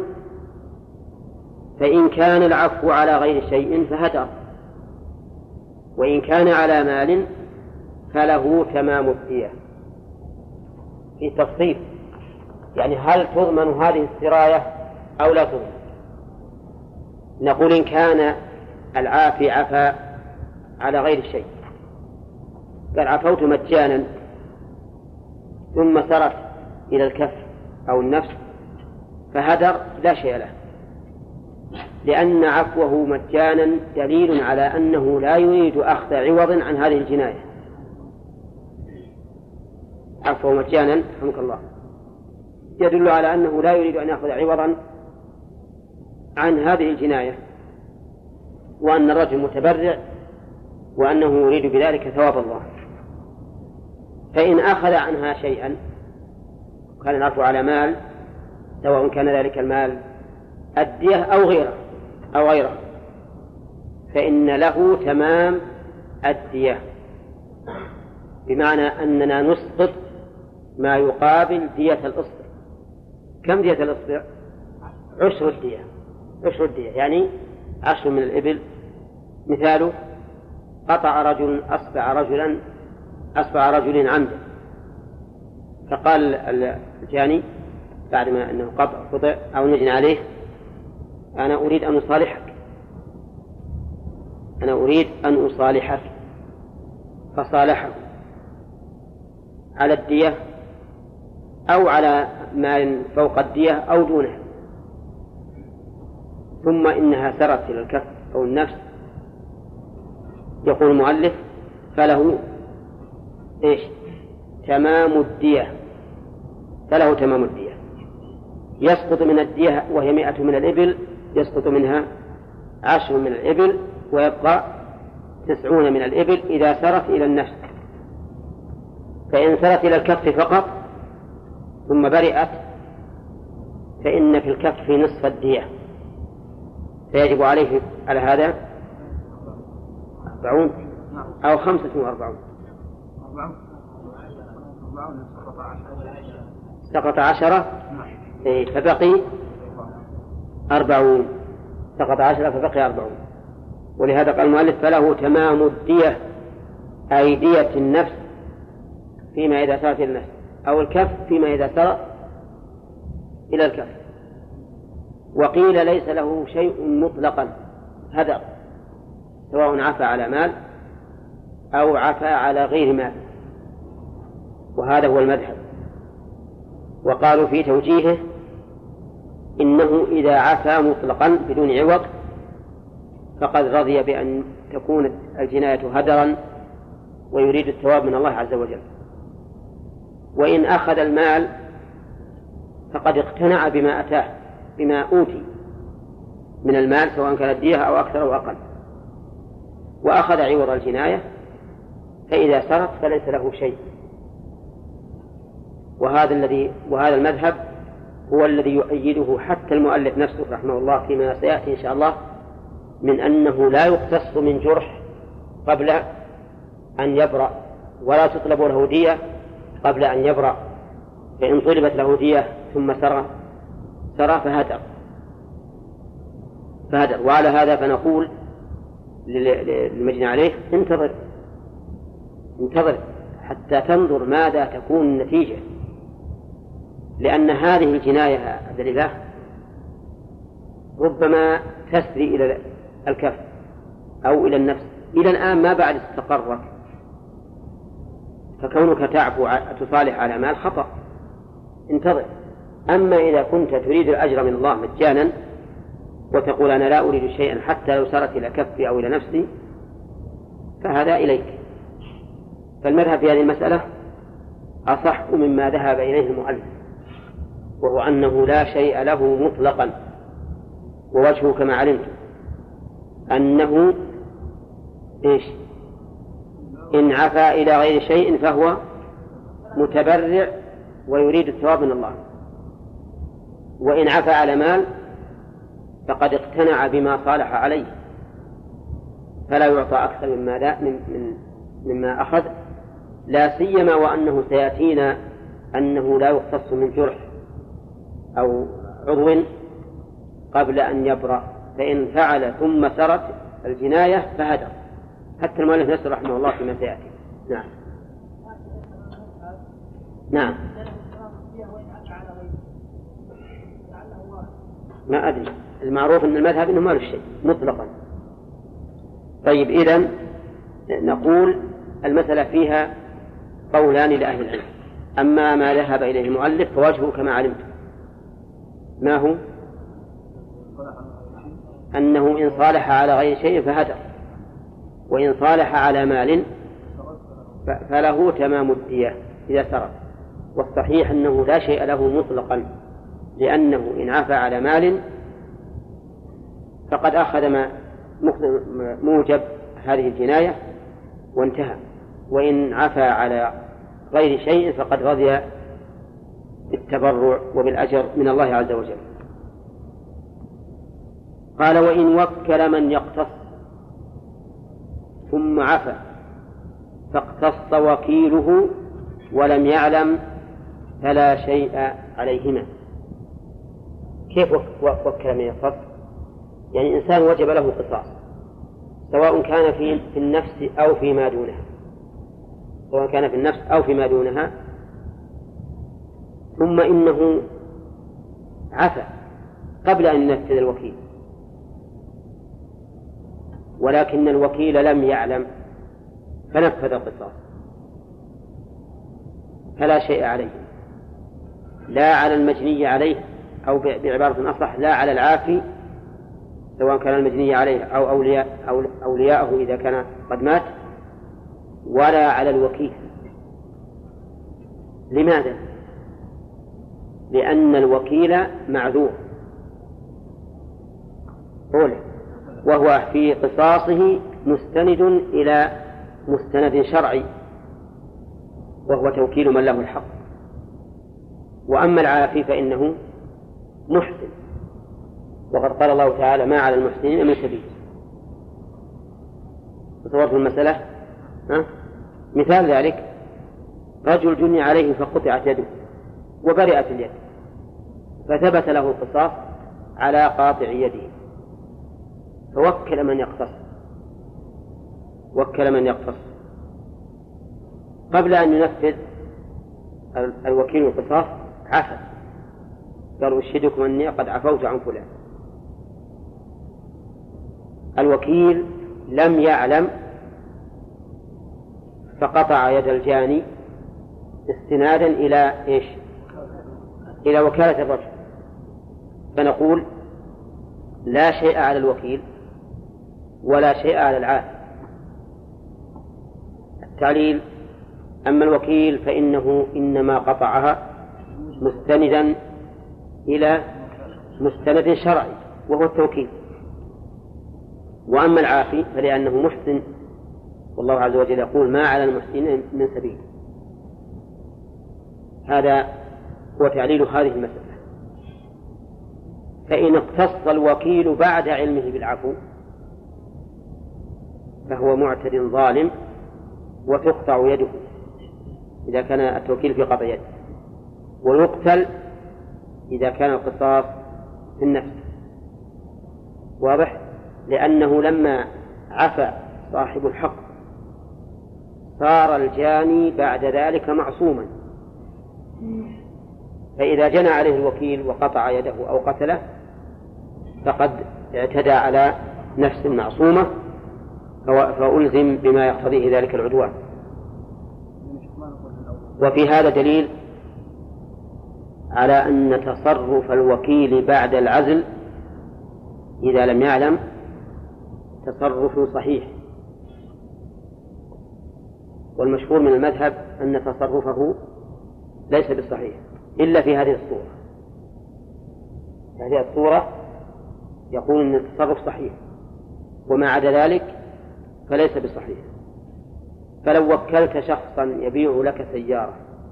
فإن كان العفو على غير شيء فهدر، وإن كان على مال فله تمام الدية. في تفصيل يعني هل تضمن هذه السراية أو لا تضمن؟ نقول إن كان العافي عفا على غير شيء، قال عفوت مجانا ثم سرت إلى الكف أو النفس فهدر لا شيء له، لأن عفوه مجانا دليل على أنه لا يريد أخذ عوض عن هذه الجناية. عفوه مجانا رحمك الله يدل على أنه لا يريد أن يأخذ عوضا عن هذه الجناية، وأن الرجل متبرع وأنه يريد بذلك ثواب الله. فإن أخذ عنها شيئا كان العفو على مال، سواء كان ذلك المال الدية أو غيره فإن له تمام الدية، بمعنى أننا نسقط ما يقابل دية الإصبع. كم دية الإصبع؟ 10 الدية، 10 الدية يعني 10 من الإبل. مثاله قطع رجل أصبع رجل عمدا، فقال الجاني بعد ما أنه قطع أو نجن عليه أنا أريد أن أصالحك، فصالحه على الدية أو على مال فوق الدية أو دونها، ثم إنها سرت إلى الكف أو النفس. يقول المؤلف فله تمام الدية، فله تمام الدية. يسقط من الدية وهي 100 من الإبل، يسقط منها 10 من الإبل ويبقى 90 من الإبل إذا سرت إلى النفس. فإن سرت إلى الكف فقط ثم برئت فإن في الكف نصف الدية، فيجب عليه على هذا 40 أو 45. سقط 10 فبقي 40، سقط 10 فبقي 40. ولهذا قال المؤلف فله تمام الدية، أي دية النفس فيما إذا سرت إلى النفس، أو الكف فيما إذا سرت إلى الكف. وقيل ليس له شيء مطلقا هدر، سواء عفى على مال أو عفى على غير مال، وهذا هو المذهب. وقالوا في توجيهه إنه إذا عفى مطلقا بدون عوض فقد رضي بأن تكون الجناية هدرا ويريد الثواب من الله عز وجل. وإن أخذ المال فقد اقتنع بما أتاه، بما أوتي من المال، سواء كانت دية أو أكثر أو أقل. وأخذ عوض الجناية، فإذا سرق فليس له شيء. وهذا المذهب هو الذي يؤيده حتى المؤلف نفسه رحمه الله فيما سيأتي إن شاء الله، من أنه لا يقتص من جرح قبل أن يبرأ، ولا تطلب له دية قبل أن يبرأ، فإن طلبت له دية ثم سرى فهدر. وعلى هذا فنقول للمجني عليه انتظر حتى تنظر ماذا تكون النتيجة، لأن هذه الجناية عبد الله ربما تسري إلى الكف أو إلى النفس إلى الآن ما بعد استقرت، فكونك تعفو تصالح على مال خطأ، انتظر. أما إذا كنت تريد الأجر من الله مجانا وتقول أنا لا أريد شيئا حتى لو سرت إلى كفي أو إلى نفسي، فهذا إليك. فالمذهب في هذه المسألة أصح مما ذهب إليه المؤلف، وهو أنه لا شيء له مطلقا. ووجهه كما علمت أنه إن عفا إلى غير شيء فهو متبرع ويريد الثواب من الله، وإن عفا على مال فقد اقتنع بما صالح عليه، فلا يعطى أكثر مما أخذ، لا سيما وأنه سيأتينا أنه لا يختص من جرح أو عضو قبل أن يبرأ، فإن فعل ثم سرت الجناية فهدر، حتى المؤلف نفسه رحمه الله فيما سيأتي. نعم ما أدري، المعروف أن المذهب أنه ما له شيء مطلقا. طيب، إذن نقول المسألة فيها قولان لأهل العلم. أما ما ذهب إليه المؤلف فوجهه كما علمت ما هو؟ أنه إن صالح على غير شيء فهدر، وإن صالح على مال فله تمام الدية إذا سرق. والصحيح أنه لا شيء له مطلقا، لأنه إن عفى على مال فقد أخذ ما موجب هذه الجناية وانتهى، وإن عفى على غير شيء فقد رضي بالتبرع وبالأجر من الله عز وجل. قال وإن وكل من يقتص ثم عفى فاقتص وكيله ولم يعلم فلا شيء عليهما. كيف وكل من يقتص؟ يعني إنسان وجب له قصاص، سواء كان في النفس أو فيما دونها، سواء كان في النفس أو فيما دونها، ثم إنه عفى قبل أن ينفذ الوكيل، ولكن الوكيل لم يعلم فنفذ القصاص، فلا شيء عليه، لا على المجني عليه، أو بعبارة أصح لا على العافي سواء كان المجني عليه أو أولياءه إذا كان قد مات، ولا على الوكيل. لماذا؟ لأن الوكيل معذور وهو في قصاصه مستند إلى مستند شرعي وهو توكيل من له الحق، وأما العافي فإنه محسن، وقد قال الله تعالى ما على المحسنين من سبيل. تصورت المسألة؟ مثال ذلك رجل جني عليه فقطعت يده وبرئت اليد، فثبت له القصاص على قاطع يده، فوكل من يقتص قبل أن ينفذ الوكيل القصاص عفى، قالوا أشهدكم أني قد عفوت عن فلان. الوكيل لم يعلم فقطع يد الجاني استنادا إلى إيش؟ إلى وكالة الرجل، فنقول لا شيء على الوكيل ولا شيء على العافي. التعليل: أما الوكيل فإنه إنما قطعها مستندا إلى مستند شرعي وهو التوكيل، وأما العافي فلأنه محسن، والله عز وجل يقول ما على المحسنين من سبيل. هذا هو تعليل هذه المسألة. فإن اقتص الوكيل بعد علمه بالعفو فهو معتد ظالم وتقطع يده إذا كان التوكيل في قطع يده، ويقتل إذا كان القصاص في النفس. واضح؟ لأنه لما عفى صاحب الحق صار الجاني بعد ذلك معصوما، فإذا جنى عليه الوكيل وقطع يده أو قتله فقد اعتدى على نفس معصومة، فألزم بما يقتضيه ذلك العدوان. وفي هذا دليل على أن تصرف الوكيل بعد العزل إذا لم يعلم تصرف صحيح، والمشهور من المذهب أن تصرفه ليس بالصحيح إلا في هذه الصورة. هذه الصورة يقول أن التصرف صحيح، وما عدا ذلك فليس بصحيح. فلو وكلت شخصا يبيع لك سيارة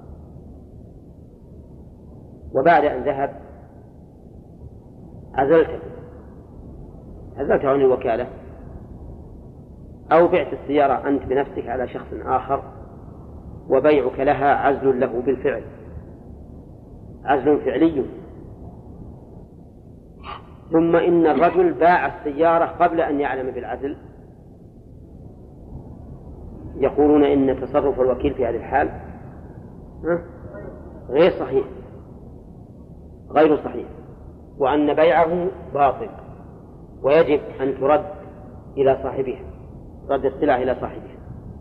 وبعد أن ذهب عزلته عن الوكالة، أو بعت السيارة أنت بنفسك على شخص آخر وبيعك لها عزل له بالفعل، عزل فعلي، ثم إن الرجل باع السيارة قبل أن يعلم بالعزل، يقولون إن تصرف الوكيل في هذه الحال غير صحيح، وأن بيعه باطل، ويجب أن ترد إلى صاحبها، رد السلع إلى صاحبها،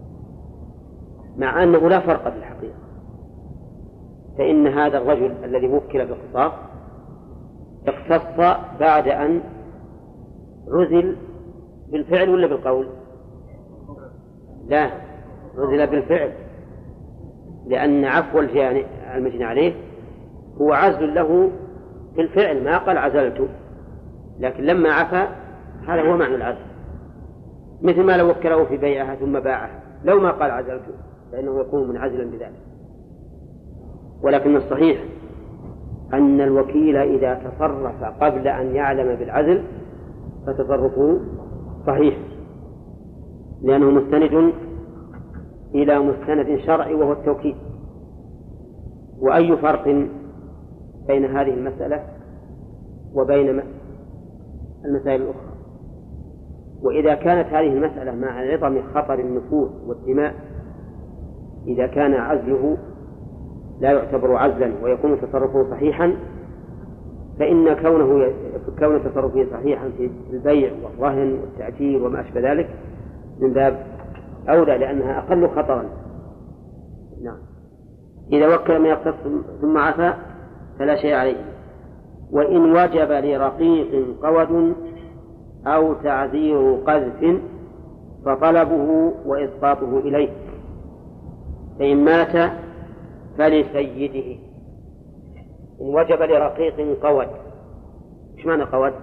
مع أنه لا فرق في الحقيقة. فإن هذا الرجل الذي وكل بالقصاص اقتص بعد أن عزل بالفعل ولا بالقول؟ لا، عزل بالفعل، لأن عفو المجني عليه هو عزل له بالفعل، ما قال عزلته، لكن لما عفى هذا هو معنى العزل، مثل ما لو وكله في بيعها ثم باعها، لو ما قال عزلته فإنه يكون منعزلا بذلك. ولكن الصحيح أن الوكيل إذا تصرف قبل أن يعلم بالعزل فتصرفه صحيح، لأنه مستند إلى مستند شرعي وهو التوكيد. وأي فرق بين هذه المسألة وبين المسائل الأخرى؟ وإذا كانت هذه المسألة مع عظم خطر النفوس والدماء، إذا كان عزله لا يعتبر عزلا ويكون تصرفه صحيحا، فإن كون تصرفه صحيحا في البيع والرهن والتأجير وما أشبه ذلك من باب أولى، لأنها أقل خطرا. نعم. إذا وكل ما يقتص ثم عفا فلا شيء عليه. وإن وجب لرقيق قود أو تعذير قذف فطلبه وإسقاطه إليه، فإن مات فلسيده. إن وجب لرقيق قود، إيش معنى قود؟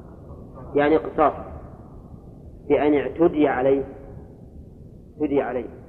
يعني قصاص، بأن اعتدي عليه